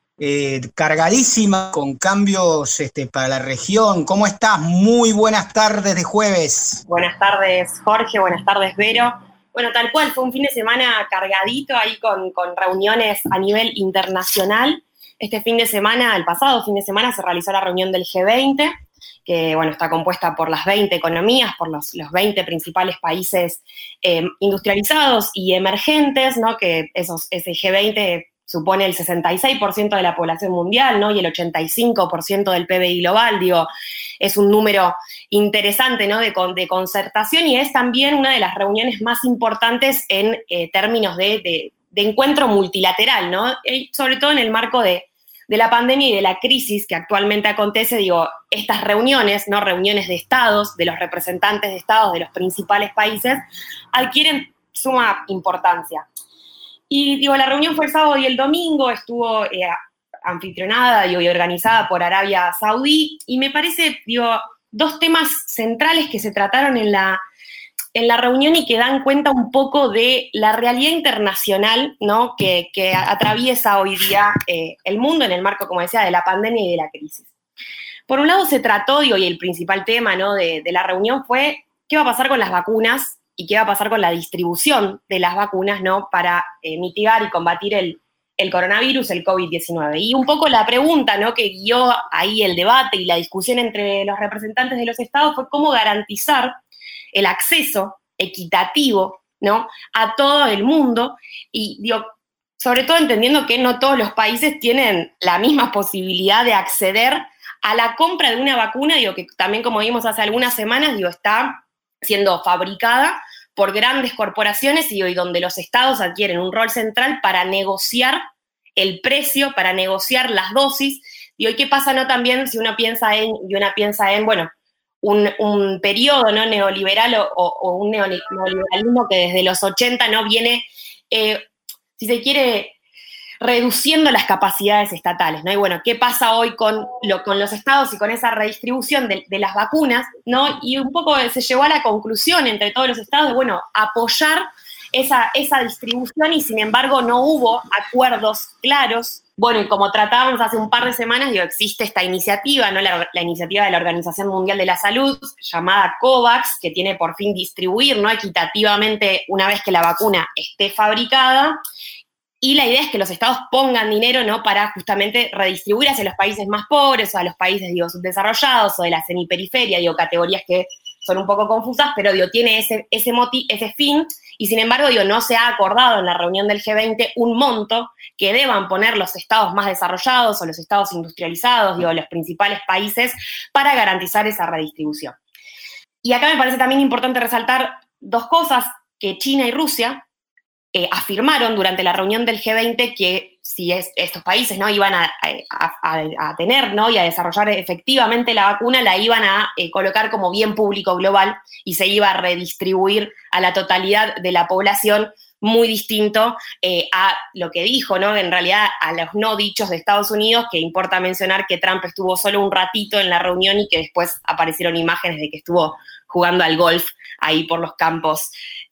cargadísima con cambios para la región. ¿Cómo estás? Muy buenas tardes de jueves. Buenas tardes, Jorge. Buenas tardes, Vero. Bueno, tal cual, fue un fin de semana cargadito ahí con reuniones a nivel internacional. Este fin de semana, el pasado fin de semana, se realizó la reunión del G20, que bueno, está compuesta por las 20 economías, por los 20 principales países industrializados y emergentes, ¿no? Que ese G20 supone el 66% de la población mundial, ¿no? Y el 85% del PBI global, digo, es un número interesante, ¿no? de concertación, y es también una de las reuniones más importantes en términos de encuentro multilateral, ¿no? Sobre todo en el marco de la pandemia y de la crisis que actualmente acontece. Digo, estas reuniones, ¿no? Reuniones de estados, de los representantes de estados de los principales países, adquieren suma importancia. Y digo, la reunión fue el sábado y el domingo, estuvo anfitrionada, digo, y organizada por Arabia Saudí, y me parece, digo, dos temas centrales que se trataron en la reunión y que dan cuenta un poco de la realidad internacional, ¿no? que atraviesa hoy día el mundo en el marco, como decía, de la pandemia y de la crisis. Por un lado se trató, digo, y el principal tema, ¿no? de la reunión fue qué va a pasar con las vacunas y qué va a pasar con la distribución de las vacunas, ¿no? Para mitigar y combatir el coronavirus, el COVID-19. Y un poco la pregunta, ¿no? que guió ahí el debate y la discusión entre los representantes de los estados fue cómo garantizar el acceso equitativo, ¿no? A todo el mundo, y digo, sobre todo entendiendo que no todos los países tienen la misma posibilidad de acceder a la compra de una vacuna, digo, que también, como vimos hace algunas semanas, digo, está siendo fabricada por grandes corporaciones, y donde los estados adquieren un rol central para negociar el precio, para negociar las dosis. Digo, ¿y qué pasa, no? También si uno piensa en, bueno, un periodo, ¿no? neoliberal o un neoliberalismo que desde los 80 no viene, si se quiere, reduciendo las capacidades estatales, ¿no? Y bueno, ¿qué pasa hoy con los estados y con esa redistribución de las vacunas, ¿no? Y un poco se llegó a la conclusión entre todos los estados de, bueno, apoyar esa distribución, y sin embargo no hubo acuerdos claros. Bueno, y como tratábamos hace un par de semanas, digo, existe esta iniciativa, ¿no? La iniciativa de la Organización Mundial de la Salud, llamada COVAX, que tiene por fin distribuir, ¿no? equitativamente una vez que la vacuna esté fabricada. Y la idea es que los estados pongan dinero, ¿no? Para justamente redistribuir hacia los países más pobres, o a los países, digo, subdesarrollados, o de la semiperiferia, digo, categorías que son un poco confusas, pero digo, tiene ese fin, y sin embargo, digo, no se ha acordado en la reunión del G20 un monto que deban poner los estados más desarrollados o los estados industrializados, digo, los principales países, para garantizar esa redistribución. Y acá me parece también importante resaltar dos cosas: que China y Rusia afirmaron durante la reunión del G20 que si estos países, ¿no? iban a tener, ¿no? y a desarrollar efectivamente la vacuna, la iban a colocar como bien público global, y se iba a redistribuir a la totalidad de la población muy distinto a lo que dijo, ¿no? En realidad a los no dichos de Estados Unidos, que importa mencionar que Trump estuvo solo un ratito en la reunión y que después aparecieron imágenes de que estuvo jugando al golf ahí por los campos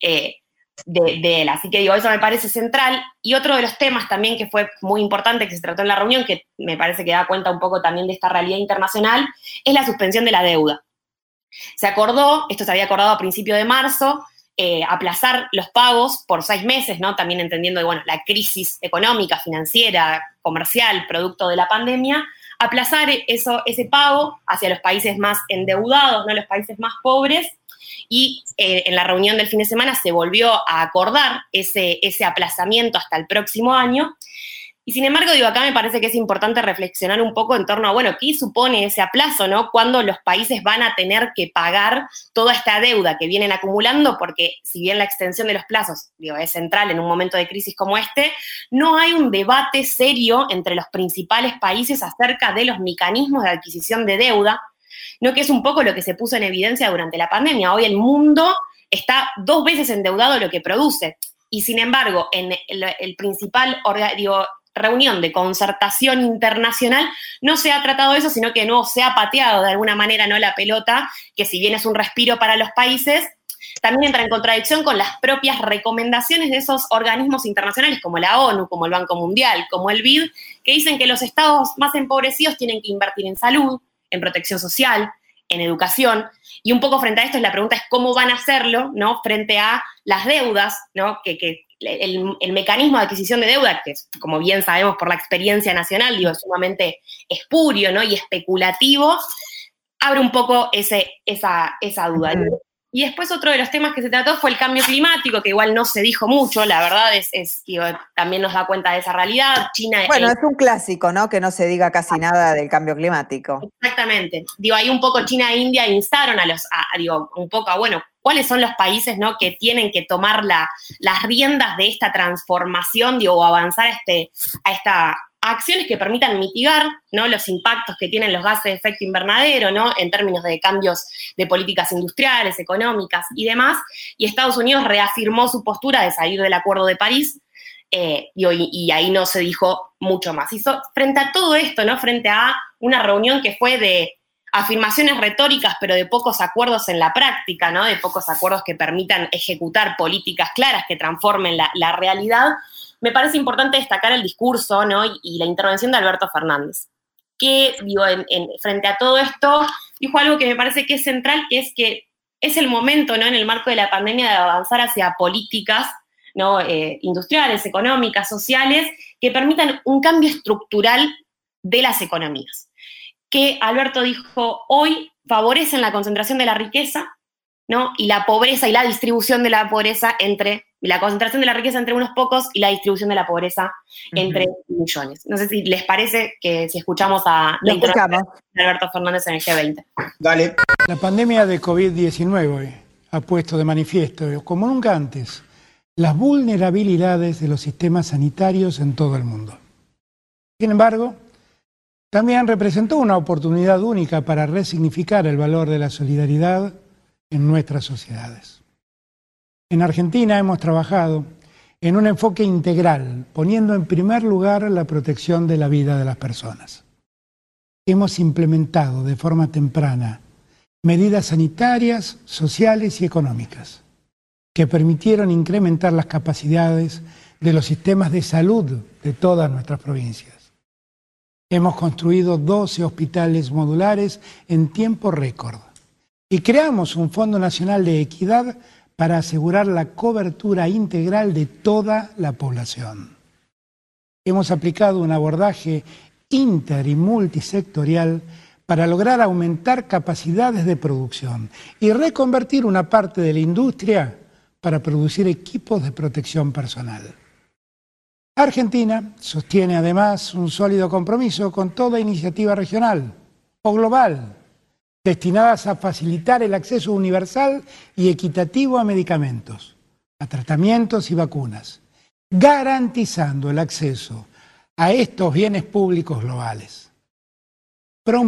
de él. Así que digo, eso me parece central. Y otro de los temas también que fue muy importante que se trató en la reunión, que me parece que da cuenta un poco también de esta realidad internacional, es la suspensión de la deuda. Se acordó, esto se había acordado a principio de marzo, aplazar los pagos por 6 meses, ¿no? También entendiendo, bueno, la crisis económica, financiera, comercial, producto de la pandemia, aplazar ese pago hacia los países más endeudados, ¿no? Los países más pobres. Y en la reunión del fin de semana se volvió a acordar ese aplazamiento hasta el próximo año. Y sin embargo, digo, acá me parece que es importante reflexionar un poco en torno a, bueno, ¿qué supone ese aplazo, no? ¿Cuándo los países van a tener que pagar toda esta deuda que vienen acumulando? Porque si bien la extensión de los plazos, digo, es central en un momento de crisis como este, no hay un debate serio entre los principales países acerca de los mecanismos de adquisición de deuda, ¿no? Que es un poco lo que se puso en evidencia durante la pandemia. Hoy el mundo está 2 veces endeudado lo que produce. Y sin embargo, en el principal reunión de concertación internacional no se ha tratado eso, sino que no se ha pateado de alguna manera, ¿no?, la pelota, que si bien es un respiro para los países, también entra en contradicción con las propias recomendaciones de esos organismos internacionales como la ONU, como el Banco Mundial, como el BID, que dicen que los estados más empobrecidos tienen que invertir en salud, en protección social, en educación, y un poco frente a esto la pregunta es cómo van a hacerlo, ¿no?, frente a las deudas, ¿no?, que el mecanismo de adquisición de deuda, que como bien sabemos por la experiencia nacional, digo, es sumamente espurio, ¿no?, y especulativo, abre un poco esa duda. Y después otro de los temas que se trató fue el cambio climático, que igual no se dijo mucho, la verdad digo, también nos da cuenta de esa realidad. China... Bueno, es un clásico, ¿no?, que no se diga casi nada del cambio climático. Exactamente. Digo, ahí un poco China e India instaron un poco a, bueno, cuáles son los países, ¿no?, que tienen que tomar las riendas de esta transformación, digo, o avanzar a acciones que permitan mitigar, ¿no?, los impactos que tienen los gases de efecto invernadero, ¿no?, en términos de cambios de políticas industriales, económicas y demás. Y Estados Unidos reafirmó su postura de salir del Acuerdo de París, y ahí no se dijo mucho más. Y frente a todo esto, ¿no?, frente a una reunión que fue de afirmaciones retóricas, pero de pocos acuerdos en la práctica, ¿no?, de pocos acuerdos que permitan ejecutar políticas claras que transformen la realidad, me parece importante destacar el discurso, ¿no?, y la intervención de Alberto Fernández, que, digo, frente a todo esto, dijo algo que me parece que es central, que es el momento, ¿no?, en el marco de la pandemia de avanzar hacia políticas, ¿no?, industriales, económicas, sociales, que permitan un cambio estructural de las economías. Que Alberto dijo, hoy favorecen la concentración de la riqueza, ¿no?, y la pobreza y la distribución de la pobreza la concentración de la riqueza entre unos pocos y la distribución de la pobreza entre millones. No sé si les parece que si escuchamos a la intervención de Alberto Fernández en el G20. Dale. La pandemia de COVID-19 ha puesto de manifiesto, como nunca antes, las vulnerabilidades de los sistemas sanitarios en todo el mundo. Sin embargo, también representó una oportunidad única para resignificar el valor de la solidaridad en nuestras sociedades. En Argentina hemos trabajado en un enfoque integral, poniendo en primer lugar la protección de la vida de las personas. Hemos implementado de forma temprana medidas sanitarias, sociales y económicas que permitieron incrementar las capacidades de los sistemas de salud de todas nuestras provincias. Hemos construido 12 hospitales modulares en tiempo récord y creamos un Fondo Nacional de Equidad para asegurar la cobertura integral de toda la población. Hemos aplicado un abordaje inter y multisectorial para lograr aumentar capacidades de producción y reconvertir una parte de la industria para producir equipos de protección personal. Argentina sostiene además un sólido compromiso con toda iniciativa regional o global destinadas a facilitar el acceso universal y equitativo a medicamentos, a tratamientos y vacunas, garantizando el acceso a estos bienes públicos globales.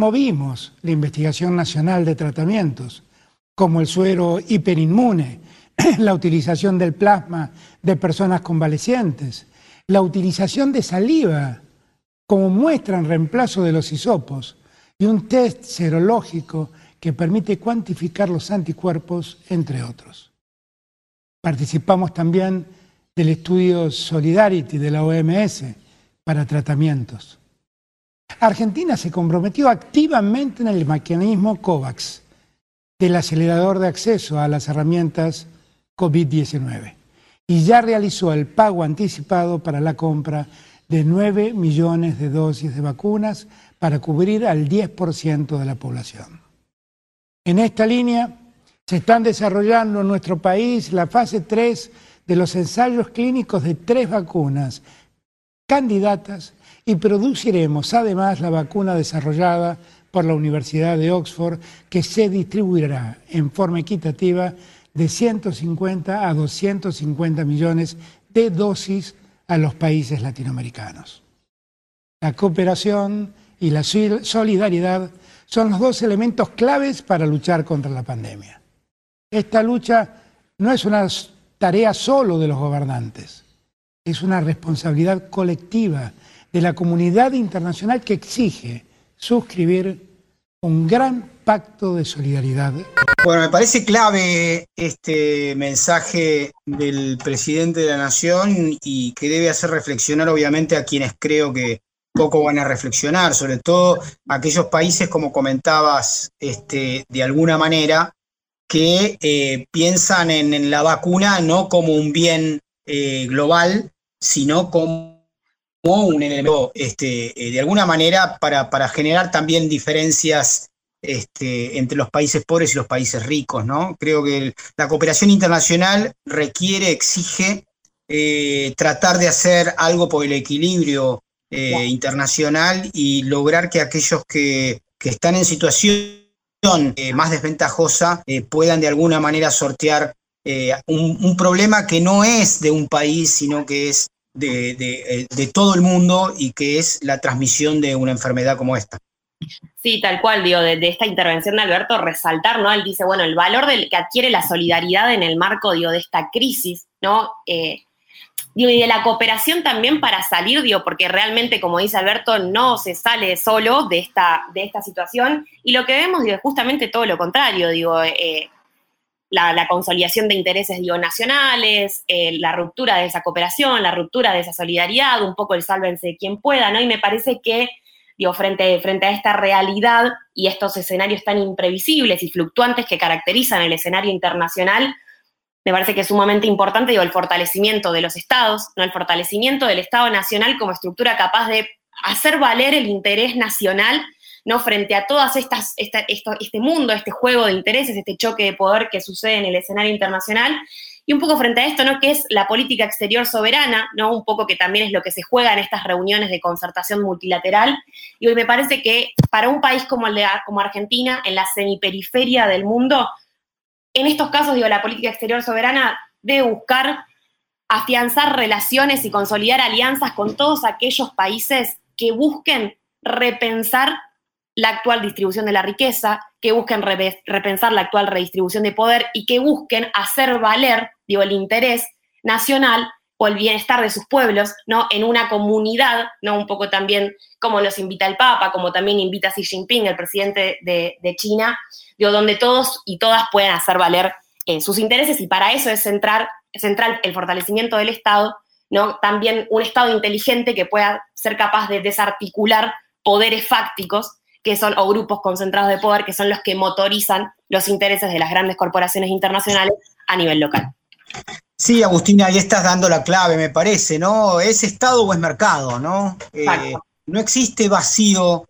Promovimos la investigación nacional de tratamientos, como el suero hiperinmune, la utilización del plasma de personas convalecientes, la utilización de saliva como muestra en reemplazo de los hisopos y un test serológico que permite cuantificar los anticuerpos, entre otros. Participamos también del estudio Solidarity de la OMS para tratamientos. Argentina se comprometió activamente en el mecanismo COVAX del acelerador de acceso a las herramientas COVID-19 y ya realizó el pago anticipado para la compra de 9 millones de dosis de vacunas para cubrir al 10% de la población. En esta línea se están desarrollando en nuestro país la fase 3 de los ensayos clínicos de 3 vacunas candidatas y produciremos además la vacuna desarrollada por la Universidad de Oxford que se distribuirá en forma equitativa de 150 a 250 millones de dosis a los países latinoamericanos. La cooperación y la solidaridad son los 2 elementos claves para luchar contra la pandemia. Esta lucha no es una tarea solo de los gobernantes, es una responsabilidad colectiva de la comunidad internacional que exige suscribir un gran pacto de solidaridad. Bueno, me parece clave este mensaje del presidente de la Nación y que debe hacer reflexionar obviamente a quienes creo que poco van a reflexionar, sobre todo aquellos países, como comentabas, de alguna manera, que piensan en la vacuna no como un bien global, sino como un elemento, de alguna manera, para generar también diferencias entre los países pobres y los países ricos, ¿no? Creo que la cooperación internacional requiere, exige tratar de hacer algo por el equilibrio internacional y lograr que aquellos que están en situación más desventajosa puedan de alguna manera sortear un problema que no es de un país, sino que es de todo el mundo y que es la transmisión de una enfermedad como esta. Sí, tal cual, digo, de esta intervención de Alberto, resaltar, ¿no? Él dice, bueno, el valor que adquiere la solidaridad en el marco, digo, de esta crisis, ¿no? Digo, y de la cooperación también para salir, digo, porque realmente, como dice Alberto, no se sale solo de esta situación, y lo que vemos, digo, es justamente todo lo contrario, digo, la consolidación de intereses, digo, nacionales, la ruptura de esa cooperación, la ruptura de esa solidaridad, un poco el sálvense de quien pueda, ¿no? Y me parece que, digo, frente a esta realidad y estos escenarios tan imprevisibles y fluctuantes que caracterizan el escenario internacional, me parece que es sumamente importante, digo, el fortalecimiento de los estados, ¿no? El fortalecimiento del Estado Nacional como estructura capaz de hacer valer el interés nacional, ¿no? Frente a todas este mundo, este juego de intereses, este choque de poder que sucede en el escenario internacional, y un poco frente a esto, ¿no? Que es la política exterior soberana, ¿no? Un poco que también es lo que se juega en estas reuniones de concertación multilateral, y hoy me parece que para un país como Argentina, en la semiperiferia del mundo, en estos casos, digo, la política exterior soberana debe buscar afianzar relaciones y consolidar alianzas con todos aquellos países que busquen repensar la actual distribución de la riqueza, que busquen repensar la actual redistribución de poder y que busquen hacer valer, digo, el interés nacional o el bienestar de sus pueblos, ¿no? En una comunidad, ¿no? Un poco también como los invita el Papa, como también invita Xi Jinping, el presidente de China, digo, donde todos y todas pueden hacer valer sus intereses, y para eso es central el fortalecimiento del Estado, ¿no? También un Estado inteligente que pueda ser capaz de desarticular poderes fácticos o grupos concentrados de poder que son los que motorizan los intereses de las grandes corporaciones internacionales a nivel local. Sí, Agustina, ahí estás dando la clave, me parece, ¿no? ¿Es Estado o es mercado, no? No existe vacío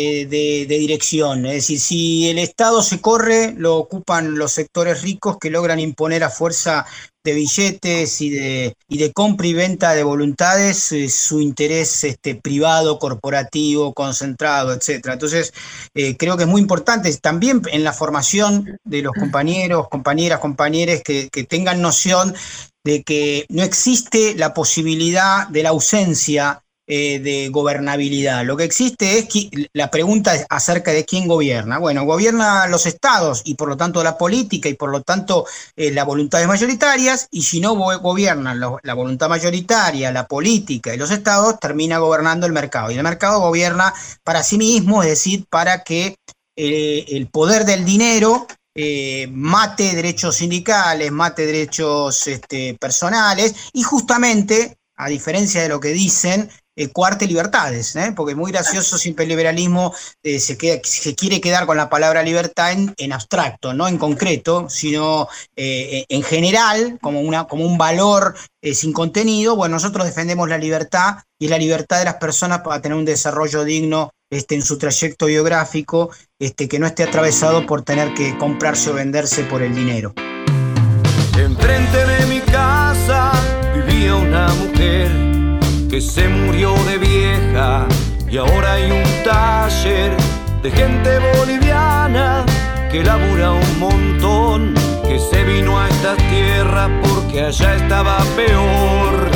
de dirección, es decir, si el Estado se corre, lo ocupan los sectores ricos que logran imponer a fuerza de billetes y de compra y venta de voluntades su interés privado, corporativo, concentrado, etcétera. Entonces, creo que es muy importante también en la formación de los compañeros, compañeras, que tengan noción de que no existe la posibilidad de la ausencia de gobernabilidad. Lo que existe es la pregunta acerca de quién gobierna. Bueno, gobierna los estados y por lo tanto la política y por lo tanto las voluntades mayoritarias, y si no gobiernan la voluntad mayoritaria, la política y los estados, termina gobernando el mercado. Y el mercado gobierna para sí mismo, es decir, para que el poder del dinero mate derechos sindicales, mate derechos personales y justamente, a diferencia de lo que dicen, coarte libertades, porque es muy gracioso, siempre el liberalismo se quiere quedar con la palabra libertad en abstracto, no en concreto, sino en general, como un valor sin contenido. Bueno, nosotros defendemos la libertad y la libertad de las personas para tener un desarrollo digno en su trayecto biográfico, que no esté atravesado por tener que comprarse o venderse por el dinero. Enfrente de mi casa vivía una mujer que se murió de vieja y ahora hay un taller de gente boliviana que labura un montón, que se vino a esta tierra porque allá estaba peor.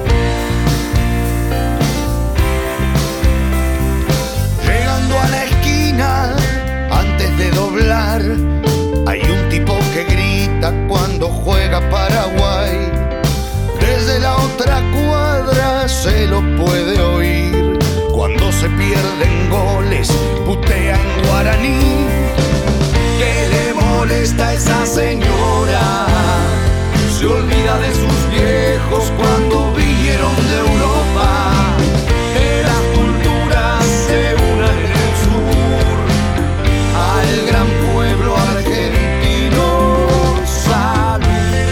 Llegando a la esquina, antes de doblar, hay un tipo que grita cuando juega Paraguay. Desde la otra cuadra se lo puede oír. Cuando se pierden goles, putea en guaraní. ¿Qué le molesta a esa señora? Se olvida de sus viejos cuando vinieron de Europa. Que las culturas se unan en el sur al gran pueblo argentino. Salud.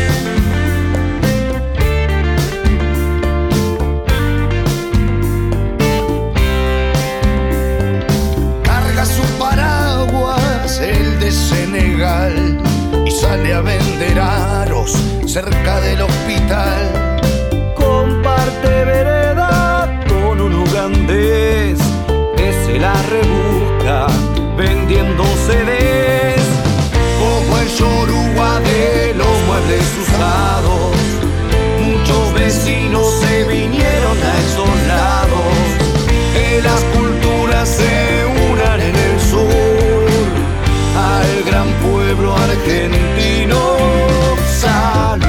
Carga su paraguas, el de Senegal, y sale a vender aros cerca del hospital. Comparte vereda con un ugandés que se la rebusca vendiendo CDs. Como el yoruba de los muebles usados, muchos vecinos se vinieron a esos lados. Que las culturas se unan en el sur al gran pueblo argentino. Salud.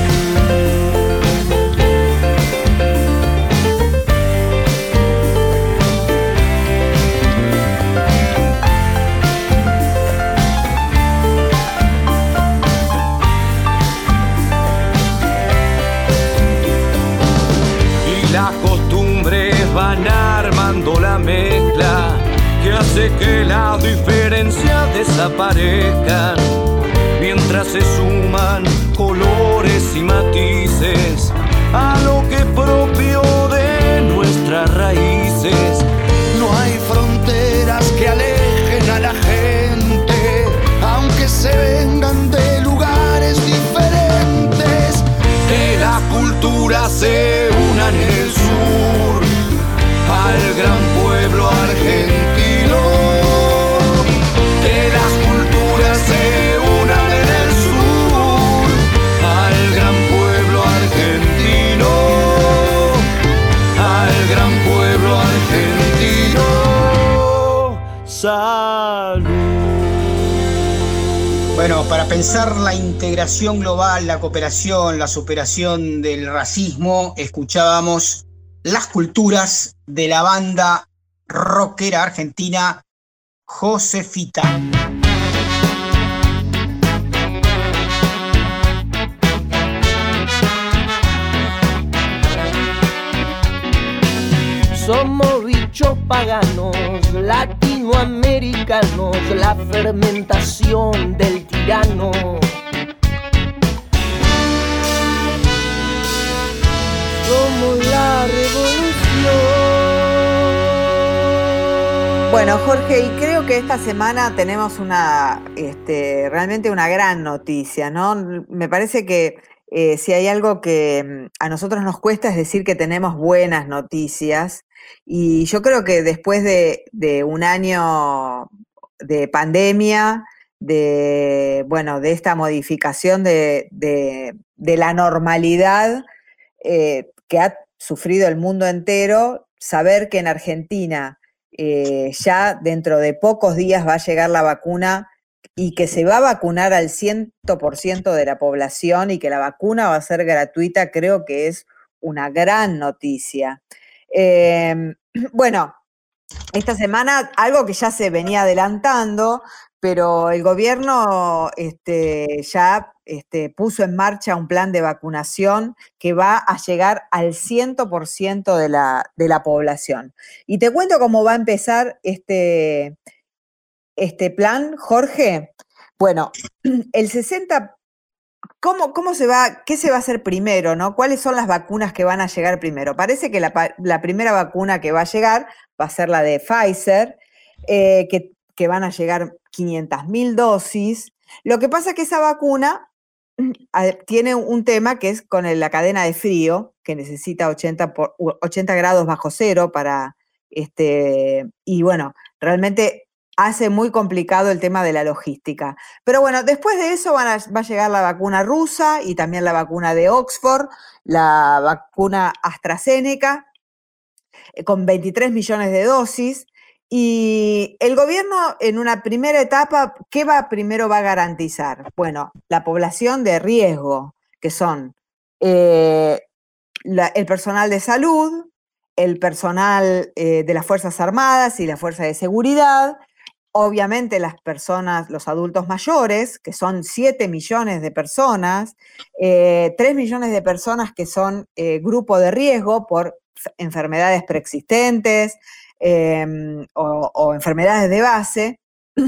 Las costumbres van armando la mezcla que hace que las diferencias desaparezcan, mientras se suman colores y matices a lo que es propio de nuestras raíces. no hay fronteras que alejen a la gente, aunque se vengan de lugares diferentes. Que las culturas se unan en el sur al gran pueblo argentino. Que las culturas se unan en el sur al gran pueblo argentino. Al gran pueblo argentino. Salud. Bueno, para pensar la integración global, la cooperación, la superación del racismo, escuchábamos Las Culturas de la banda rockera argentina Josefita. Somos bichos paganos, latinoamericanos, la fermentación del tirano. Somos la revolución. Bueno, Jorge, y creo que esta semana tenemos realmente una gran noticia, ¿no? Me parece que si hay algo que a nosotros nos cuesta es decir que tenemos buenas noticias, y yo creo que después de un año de pandemia, de esta modificación de la normalidad que ha sufrido el mundo entero, saber que en Argentina ya dentro de pocos días va a llegar la vacuna y que se va a vacunar al 100% de la población y que la vacuna va a ser gratuita, creo que es una gran noticia. Bueno, esta semana algo que ya se venía adelantando, pero el gobierno ya puso en marcha un plan de vacunación que va a llegar al 100% de la población. Y te cuento cómo va a empezar este plan, Jorge. Bueno, el 60%, ¿qué se va a hacer primero, ¿no? ¿Cuáles son las vacunas que van a llegar primero? Parece que la primera vacuna que va a llegar va a ser la de Pfizer, que van a llegar 500.000 dosis. Lo que pasa es que esa vacuna tiene un tema que es con la cadena de frío, que necesita 80 grados bajo cero para, y bueno, realmente hace muy complicado el tema de la logística. Pero bueno, después de eso va a llegar la vacuna rusa y también la vacuna de Oxford, la vacuna AstraZeneca, con 23 millones de dosis. Y el gobierno en una primera etapa, ¿qué primero va a garantizar? Bueno, la población de riesgo, que son el personal de salud, el personal de las Fuerzas Armadas y la Fuerza de Seguridad, obviamente las personas, los adultos mayores, que son 7 millones de personas, 3 millones de personas que son grupo de riesgo por enfermedades preexistentes, o enfermedades de base,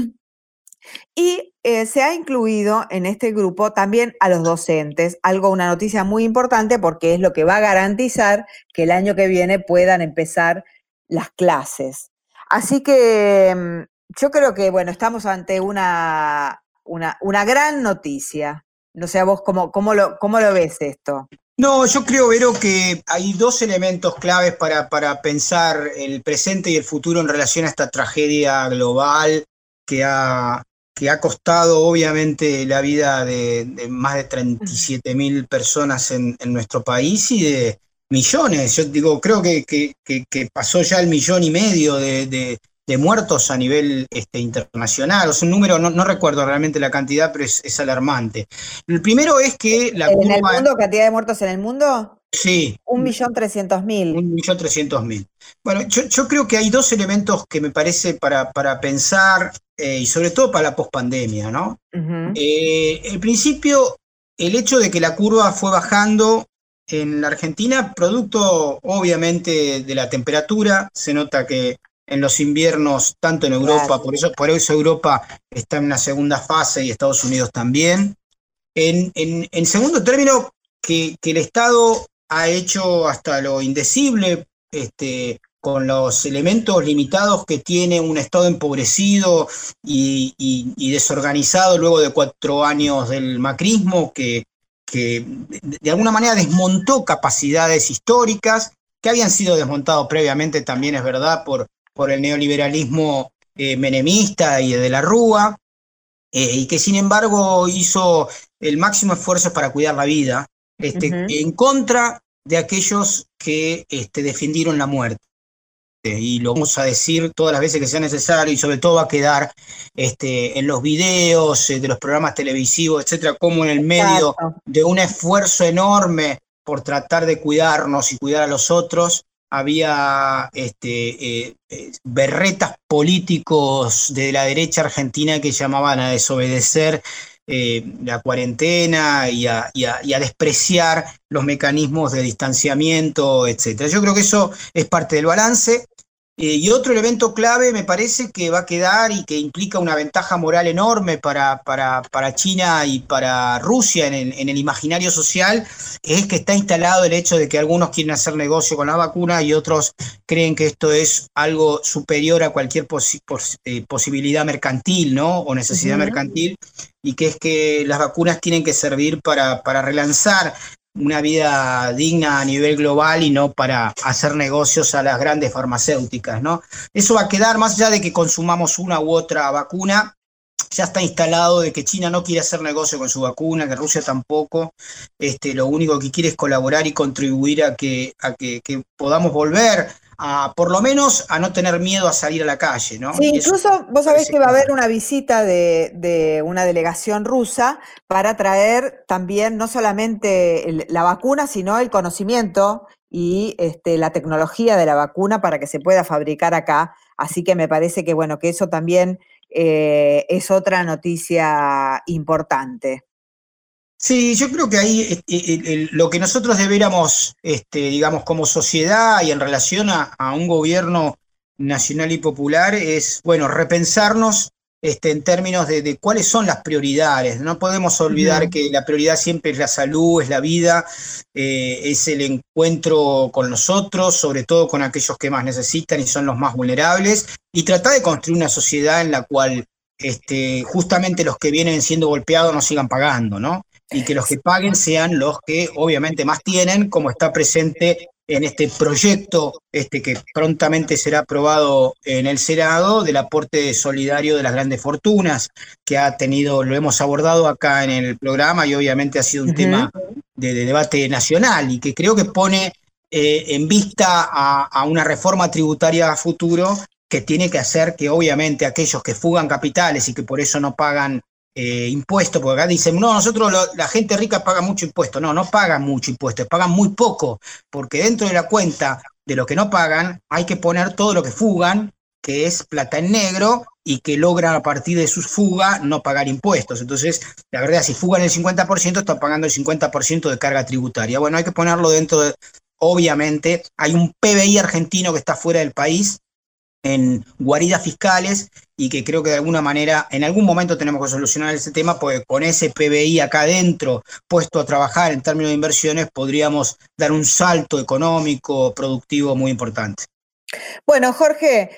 y se ha incluido en este grupo también a los docentes, una noticia muy importante porque es lo que va a garantizar que el año que viene puedan empezar las clases. Así que yo creo que, bueno, estamos ante una gran noticia. No sé a vos cómo lo ves esto. No, yo creo, Vero, que hay dos elementos claves para pensar el presente y el futuro en relación a esta tragedia global que ha costado obviamente la vida de más de 37.000 personas en nuestro país y de millones. Yo digo, creo que pasó ya el 1,5 millones de muertos a nivel internacional. O sea, un número, no recuerdo realmente la cantidad, pero es alarmante. El primero es que la curva... ¿En el mundo, cantidad de muertos en el mundo? Sí. 1.300.000. 1.300.000. Bueno, yo creo que hay dos elementos que me parece para pensar, y sobre todo para la pospandemia, ¿no? Uh-huh. El principio, el hecho de que la curva fue bajando en la Argentina, producto obviamente de la temperatura, se nota que en los inviernos, tanto en Europa, claro. por eso Europa está en una segunda fase y Estados Unidos también. En segundo término, que el Estado ha hecho hasta lo indecible, con los elementos limitados que tiene un Estado empobrecido y desorganizado luego de 4 años del macrismo, que de alguna manera desmontó capacidades históricas que habían sido desmontadas previamente, también es verdad, por el neoliberalismo menemista y de la Rúa, y que sin embargo hizo el máximo esfuerzo para cuidar la vida, uh-huh. en contra de aquellos que defendieron la muerte. Y lo vamos a decir todas las veces que sea necesario, y sobre todo va a quedar en los videos de los programas televisivos, etcétera, como en el medio de un esfuerzo enorme por tratar de cuidarnos y cuidar a los otros, había berretas políticos de la derecha argentina que llamaban a desobedecer la cuarentena y a despreciar los mecanismos de distanciamiento, etc. Yo creo que eso es parte del balance. Y otro elemento clave me parece que va a quedar y que implica una ventaja moral enorme para China y para Rusia en el imaginario social, es que está instalado el hecho de que algunos quieren hacer negocio con la vacuna y otros creen que esto es algo superior a cualquier posibilidad mercantil, ¿no? O necesidad uh-huh. mercantil, y que es que las vacunas tienen que servir para relanzar una vida digna a nivel global y no para hacer negocios a las grandes farmacéuticas, ¿no? Eso va a quedar, más allá de que consumamos una u otra vacuna, ya está instalado de que China no quiere hacer negocio con su vacuna, que Rusia tampoco. Lo único que quiere es colaborar y contribuir a que podamos volver por lo menos a no tener miedo a salir a la calle, ¿no? Sí, Y eso incluso vos sabés parece que va a haber clave. una visita de una delegación rusa para traer también no solamente la vacuna, sino el conocimiento y la tecnología de la vacuna para que se pueda fabricar acá. Así que me parece que, bueno, que eso también es otra noticia importante. Sí, yo creo que ahí lo que nosotros deberíamos, digamos, como sociedad y en relación a un gobierno nacional y popular es, bueno, repensarnos en términos de cuáles son las prioridades. No podemos olvidar que la prioridad siempre es la salud, es la vida, es el encuentro con los otros, sobre todo con aquellos que más necesitan y son los más vulnerables, y tratar de construir una sociedad en la cual justamente los que vienen siendo golpeados no sigan pagando, ¿no? Y que los que paguen sean los que obviamente más tienen, como está presente en este proyecto que prontamente será aprobado en el Senado, del aporte solidario de las grandes fortunas, que ha tenido, lo hemos abordado acá en el programa y obviamente ha sido un tema de debate nacional y que creo que pone en vista a una reforma tributaria a futuro que tiene que hacer que obviamente aquellos que fugan capitales y que por eso no pagan impuestos, porque acá dicen, no, nosotros la gente rica paga mucho impuesto. No, no pagan mucho impuesto, pagan muy poco, porque dentro de la cuenta de lo que no pagan hay que poner todo lo que fugan, que es plata en negro, y que logran a partir de sus fugas no pagar impuestos. Entonces, la verdad, si fugan el 50%, están pagando el 50% de carga tributaria. Bueno, hay que ponerlo dentro de, obviamente, hay un PBI argentino que está fuera del país, en guaridas fiscales, y que creo que de alguna manera en algún momento tenemos que solucionar ese tema, porque con ese PBI acá adentro puesto a trabajar en términos de inversiones podríamos dar un salto económico, productivo muy importante. Bueno, Jorge,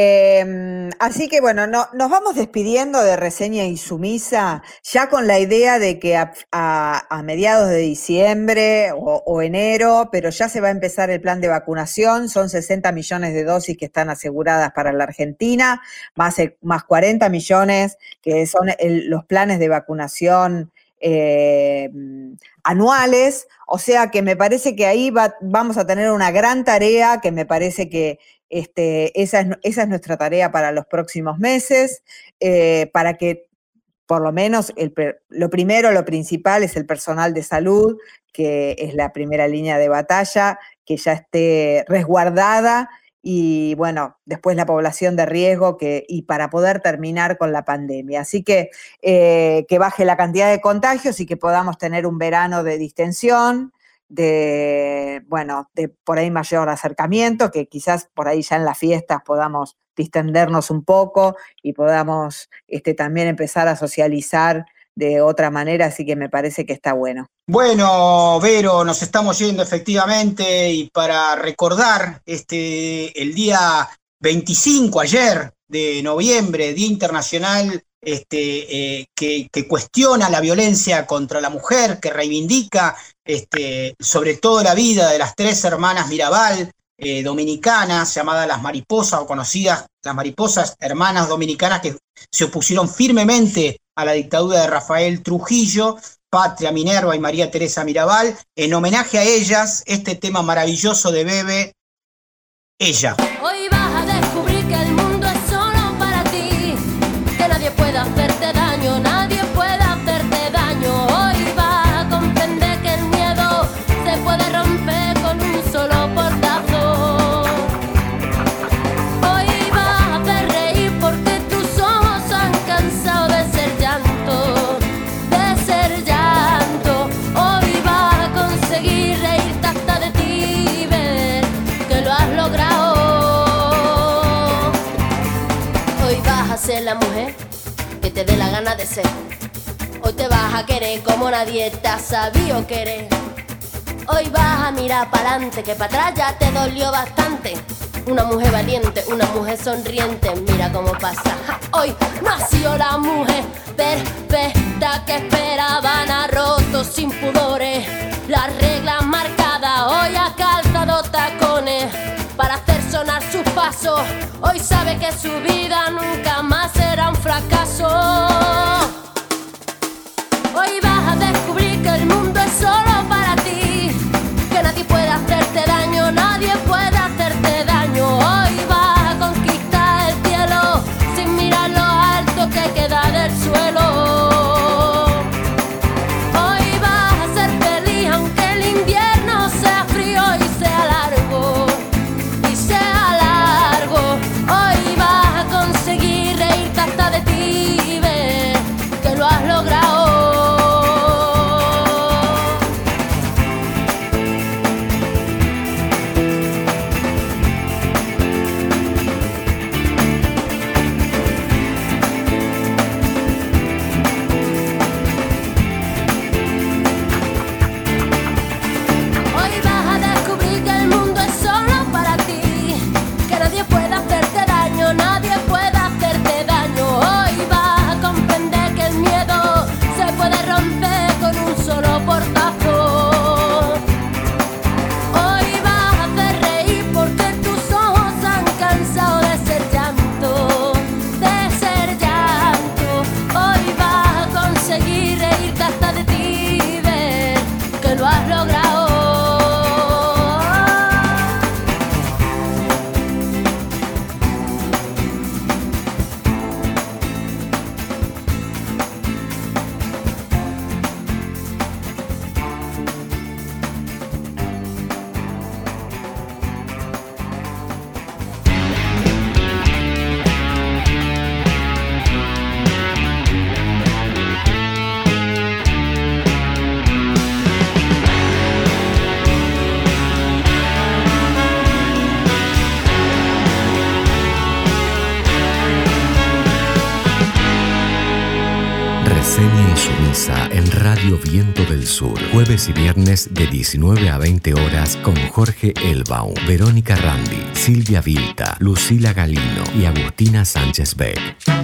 así que bueno, nos vamos despidiendo de Reseña Insumisa, ya con la idea de que a mediados de diciembre o enero, pero ya se va a empezar el plan de vacunación, son 60 millones de dosis que están aseguradas para la Argentina, más 40 millones que son los planes de vacunación anuales, o sea que me parece que ahí vamos a tener una gran tarea, que me parece que esa es nuestra tarea para los próximos meses, para que por lo menos lo principal es el personal de salud, que es la primera línea de batalla, que ya esté resguardada, y bueno, después la población de riesgo y para poder terminar con la pandemia. Así que baje la cantidad de contagios y que podamos tener un verano de distensión, de por ahí mayor acercamiento, que quizás por ahí ya en las fiestas podamos distendernos un poco y podamos también empezar a socializar de otra manera, así que me parece que está bueno. Bueno, Vero, nos estamos yendo efectivamente, y para recordar el día 25, ayer de noviembre, Día Internacional que cuestiona la violencia contra la mujer, que reivindica sobre todo la vida de las 3 hermanas Mirabal, dominicanas, llamadas las mariposas, o conocidas las mariposas, hermanas dominicanas que se opusieron firmemente a la dictadura de Rafael Trujillo, Patria, Minerva y María Teresa Mirabal. En homenaje a ellas, este tema maravilloso de Bebe, Ella. Hoy vas a descubrir que el mundo es solo para ti, que nadie puede hacerte daño, nadie puede hacerte daño. Hoy vas a comprender que el miedo se puede romper con un solo portazo. Hoy vas a hacer reír porque tus ojos han cansado de ser llanto, de ser llanto. Hoy vas a conseguir reírte hasta de ti y ver que lo has logrado. Hoy vas a ser la mujer que te dé la gana de ser. Hoy te vas a querer como nadie te ha sabido querer. Hoy vas a mirar para adelante, que para atrás ya te dolió bastante. Una mujer valiente, una mujer sonriente, mira cómo pasa. Hoy nació la mujer perfecta que esperaban, ha roto sin pudores las reglas marcadas. Hoy ha calzado tacones para hacer sonar sus pasos. Hoy sabe que su vida nunca más será un fracaso. Hoy vas a descubrir que el mundo es solo para ti, que nadie puede hacerte daño, nadie puede hacerte daño. y Sumisa en Radio Viento del Sur. Jueves y viernes de 19 a 20 horas con Jorge Elbaum, Verónica Randi, Silvia Vilta, Lucila Galino y Agustina Sánchez Beck.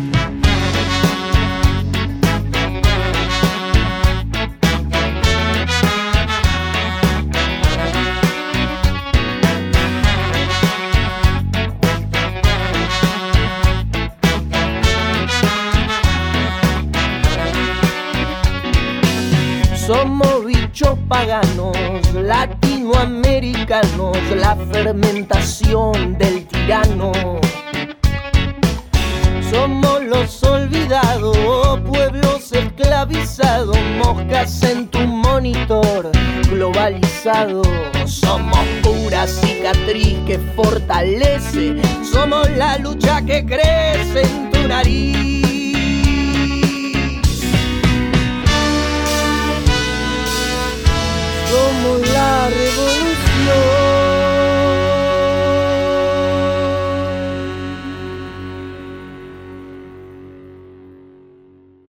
Somos bichos paganos, latinoamericanos, la fermentación del tirano. Somos los olvidados, pueblos esclavizados, moscas en tu monitor globalizado. Somos pura cicatriz que fortalece, somos la lucha que crece en tu nariz. Somos